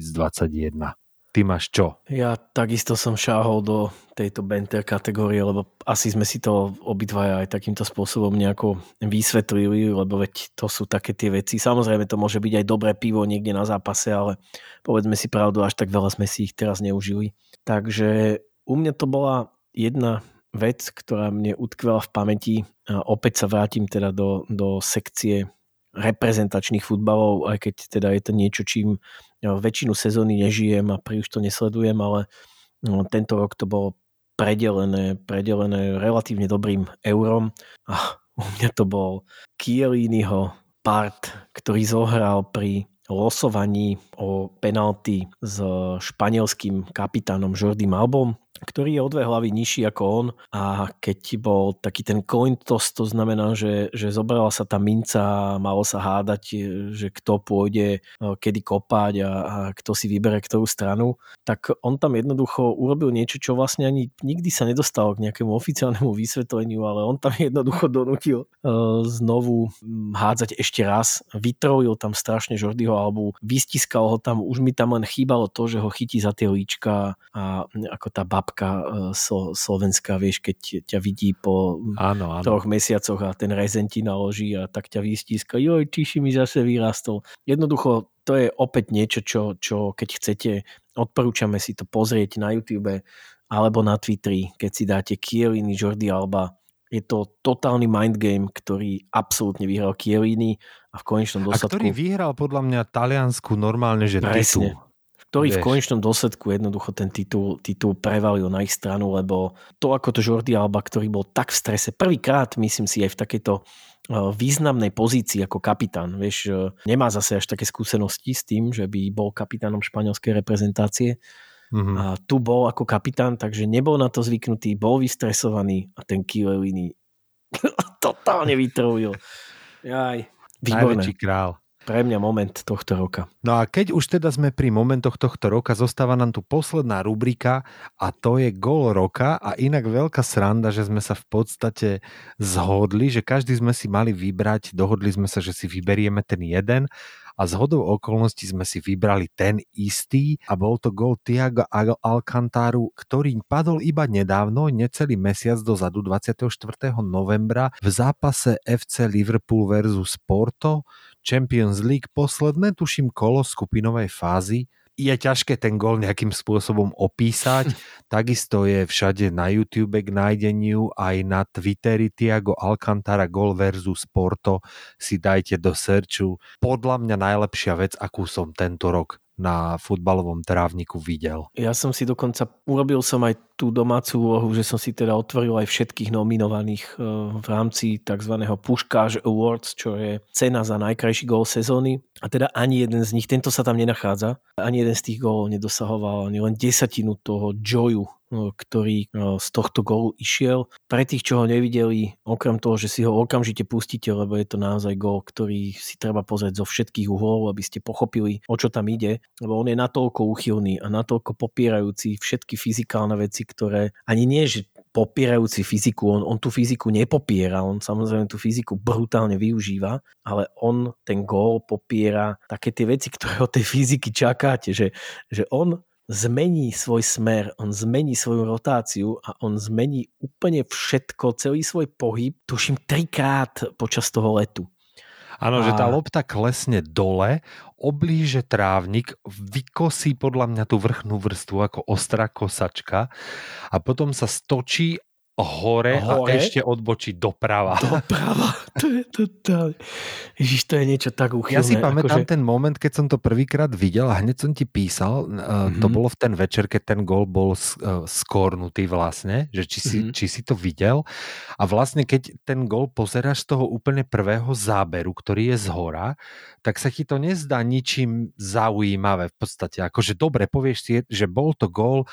2021. Ty máš čo? Ja takisto som šáhol do tejto banter kategórie, lebo asi sme si to obidvaja aj takýmto spôsobom nejako vysvetlili, lebo veď to sú také tie veci. Samozrejme to môže byť aj dobré pivo niekde na zápase, ale povedzme si pravdu, až tak veľa sme si ich teraz neužili. Takže u mňa to bola jedna vec, ktorá mne utkvela v pamäti a opäť sa vrátim teda do sekcie reprezentačných futbalov, aj keď teda je to niečo, čím väčšinu sezóny nežijem a príliš to nesledujem, ale tento rok to bolo predelené relatívne dobrým eurom a u mňa to bol Chielliniho part, ktorý zohral pri losovaní o penalty s španielským kapitánom Jordim Albom, ktorý je o 2 hlavy nižší ako on a keď bol taký ten coin toss, to znamená, že zobrala sa tá minca a malo sa hádať, že kto pôjde kedy kopať a kto si vybere ktorú stranu, tak on tam jednoducho urobil niečo, čo vlastne ani nikdy sa nedostalo k nejakému oficiálnemu vysvetleniu, ale on tam jednoducho donútil znovu hádzať ešte raz, vytrojil tam strašne Jordiho Albu, vystiskal ho tam, už mi tam len chýbalo to, že ho chytí za tie líčka a ako tá babka slovenská, vieš, keď ťa vidí po 3 mesiacoch a ten rezen ti naloží a tak ťa vystíska, joj, tyši mi zase vyrastol. Jednoducho, to je opäť niečo, čo keď chcete, odporúčame si to pozrieť na YouTube alebo na Twitteri, keď si dáte Chiellini, Jordi Alba. Je to totálny mind game, ktorý absolútne vyhral Chiellini a v konečnom dôsledku... A ktorý vyhral podľa mňa Taliansku normálne, že titul. ktorý v Vieš. konečnom dôsledku jednoducho ten titul prevalil na ich stranu, lebo to ako to Jordi Alba, ktorý bol tak v strese, prvýkrát myslím si aj v takejto významnej pozícii ako kapitán, vieš, nemá zase až také skúsenosti s tým, že by bol kapitánom španielskej reprezentácie. A tu bol ako kapitán, takže nebol na to zvyknutý, bol vystresovaný a ten Chiellini totálne vytrúil. Jaj, výborné. Najväčší král. Pre mňa moment tohto roka. No a keď už teda sme pri momentoch tohto roka, zostáva nám tu posledná rubrika a to je gól roka a inak veľká sranda, že sme sa v podstate zhodli, že každý sme si mali vybrať, dohodli sme sa, že si vyberieme ten jeden a zhodou okolností sme si vybrali ten istý a bol to gól Thiaga Alcantaru, ktorý padol iba nedávno, necelý mesiac dozadu, 24. novembra v zápase FC Liverpool versus Porto, Champions League, posledné, tuším, kolo skupinovej fázy. Je ťažké ten gól nejakým spôsobom opísať. Takisto je všade na YouTube k nájdeniu, aj na Twitteri Thiago Alcantara gól versus Porto. Si dajte do searchu. Podľa mňa najlepšia vec, akú som tento rok na futbalovom trávniku videl. Ja som si dokonca, urobil som aj tú domácu úlohu, že som si teda otvoril aj všetkých nominovaných v rámci tzv. Puškáš Awards, čo je cena za najkrajší gól sezóny. A teda ani jeden z nich, tento sa tam nenachádza, ani jeden z tých gólov nedosahoval ani len 10% toho joyu, ktorý z tohto gólu išiel. Pre tých, čo ho nevideli, okrem toho, že si ho okamžite pustíte, lebo je to naozaj gól, ktorý si treba pozrieť zo všetkých uhlov, aby ste pochopili, o čo tam ide, lebo on je natoľko úchylný a natoľko popierajúci všetky fyzikálne veci, ktoré ani nie, že popierajúci fyziku, on tú fyziku nepopiera, on samozrejme tú fyziku brutálne využíva, ale on ten gól popiera také tie veci, ktoré od tej fyziky čakáte, že on zmení svoj smer, on zmení svoju rotáciu a on zmení úplne všetko, celý svoj pohyb, tuším 3-krát počas toho letu. Áno, že tá lopta klesne dole, oblíže trávnik, vykosí podľa mňa tú vrchnú vrstvu ako ostrá kosačka a potom sa stočí hore a ešte odbočí doprava. Doprava, to je totálne. Ježiš, to je niečo tak úchylné. Ja si pamätám ten moment, keď som to prvýkrát videl a hneď som ti písal, to bolo v ten večer, keď ten gól bol skórnutý vlastne, že či si to videl a vlastne keď ten gól pozeráš z toho úplne prvého záberu, ktorý je zhora, tak sa ti to nezdá ničím zaujímavé v podstate. Akože dobre, povieš si, že bol to gól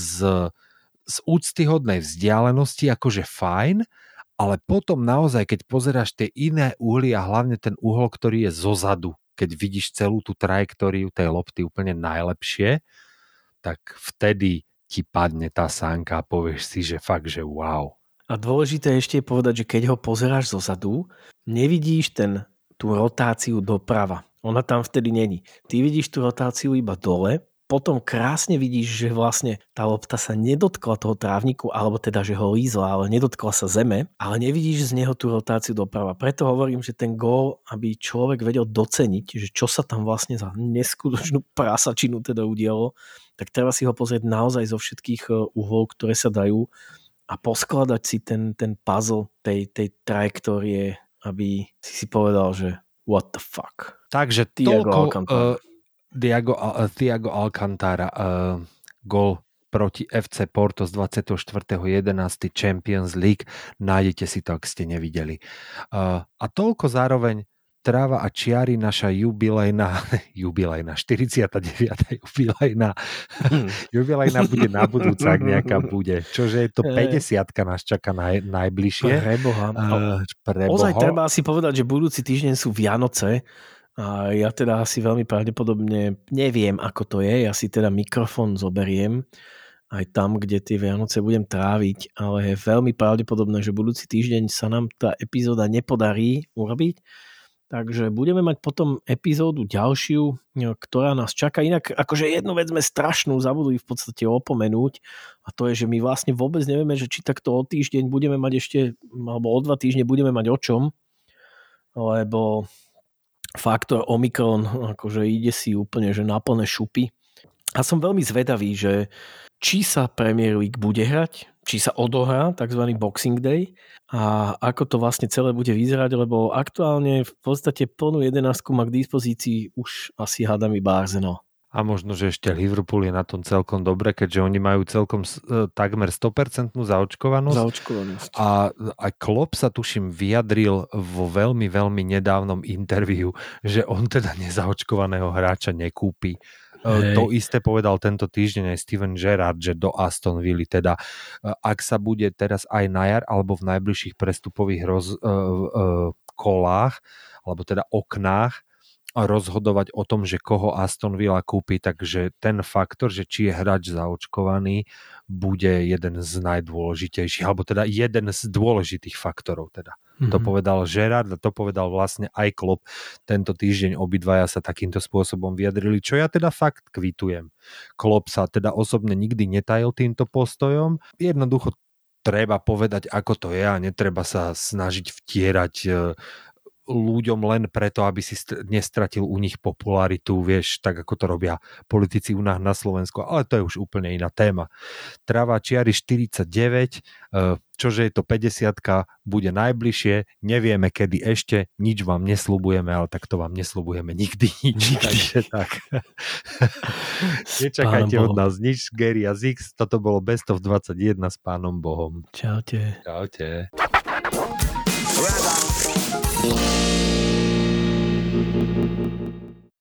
z úctyhodnej vzdialenosti, akože fajn, ale potom naozaj, keď pozeráš tie iné uhly a hlavne ten uhol, ktorý je zozadu, keď vidíš celú tú trajektóriu tej lopty úplne najlepšie, tak vtedy ti padne tá sánka a povieš si, že fakt, že wow. A dôležité ešte je povedať, že keď ho pozeráš zozadu, nevidíš tú rotáciu doprava. Ona tam vtedy není. Ty vidíš tú rotáciu iba dole, potom krásne vidíš, že vlastne tá lopta sa nedotkla toho trávniku, alebo teda, že ho lízla, ale nedotkla sa zeme, ale nevidíš z neho tú rotáciu doprava. Preto hovorím, že ten gól, aby človek vedel doceniť, že čo sa tam vlastne za neskutočnú prasačinu teda udialo, tak treba si ho pozrieť naozaj zo všetkých uhlov, ktoré sa dajú a poskladať si ten puzzle tej trajektórie, aby si povedal, že what the fuck. Takže toľko Thiago Alcantara, gól proti FC Porto z 24.11. Champions League. Nájdete si to, ak ste nevideli. A toľko zároveň tráva a čiary, naša jubilejná 49. jubilejná bude na budúca, ak nejaká bude. Čože je to 50-ka nás čaká najbližšie. Preboha. Ozaj treba si povedať, že budúci týždeň sú Vianoce. A ja teda asi veľmi pravdepodobne neviem, ako to je. Ja si teda mikrofón zoberiem aj tam, kde tie Vianoce budem tráviť, ale je veľmi pravdepodobné, že budúci týždeň sa nám tá epizóda nepodarí urobiť. Takže budeme mať potom epizódu ďalšiu, ktorá nás čaká. Inak akože jednu vec sme strašnú zabudli v podstate opomenúť a to je, že my vlastne vôbec nevieme, že či takto o týždeň budeme mať ešte, alebo o 2 týždne budeme mať o čom, lebo faktor Omikron akože ide si úplne že na plné šupy. A som veľmi zvedavý, že či sa Premier League bude hrať, či sa odohrá tzv. Boxing Day a ako to vlastne celé bude vyzerať, lebo aktuálne v podstate plnú 11 má k dispozícii už asi hádam iba Arsenal. A možno, že ešte Liverpool je na tom celkom dobre, keďže oni majú celkom takmer 100% zaočkovanosť. A Klopp sa tuším vyjadril vo veľmi, veľmi nedávnom interviu, že on teda nezaočkovaného hráča nekúpi. To isté povedal tento týždeň aj Steven Gerrard, že do Aston Villa teda, ak sa bude teraz aj na jar alebo v najbližších prestupových kolách, alebo teda oknách rozhodovať o tom, že koho Aston Villa kúpi, takže ten faktor, že či je hráč zaočkovaný, bude jeden z najdôležitejších, alebo teda jeden z dôležitých faktorov teda. To povedal Gerrard a to povedal vlastne aj Klopp. Tento týždeň obidvaja sa takýmto spôsobom vyjadrili, čo ja teda fakt kvitujem. Klopp sa teda osobne nikdy netajil týmto postojom. Jednoducho treba povedať, ako to je a netreba sa snažiť vtierať ľuďom len preto, aby si nestratil u nich popularitu, vieš, tak ako to robia politici u nás na Slovensku, ale to je už úplne iná téma. Trava čiary 49, čože je to 50-ka, bude najbližšie, nevieme kedy ešte, nič vám nesľubujeme, ale tak to vám nesľubujeme nikdy. Takže tak. Nečakajte od nás nič, Gary a Zix, toto bolo Best of 21 s Pánom Bohom. Čaute. Čaute.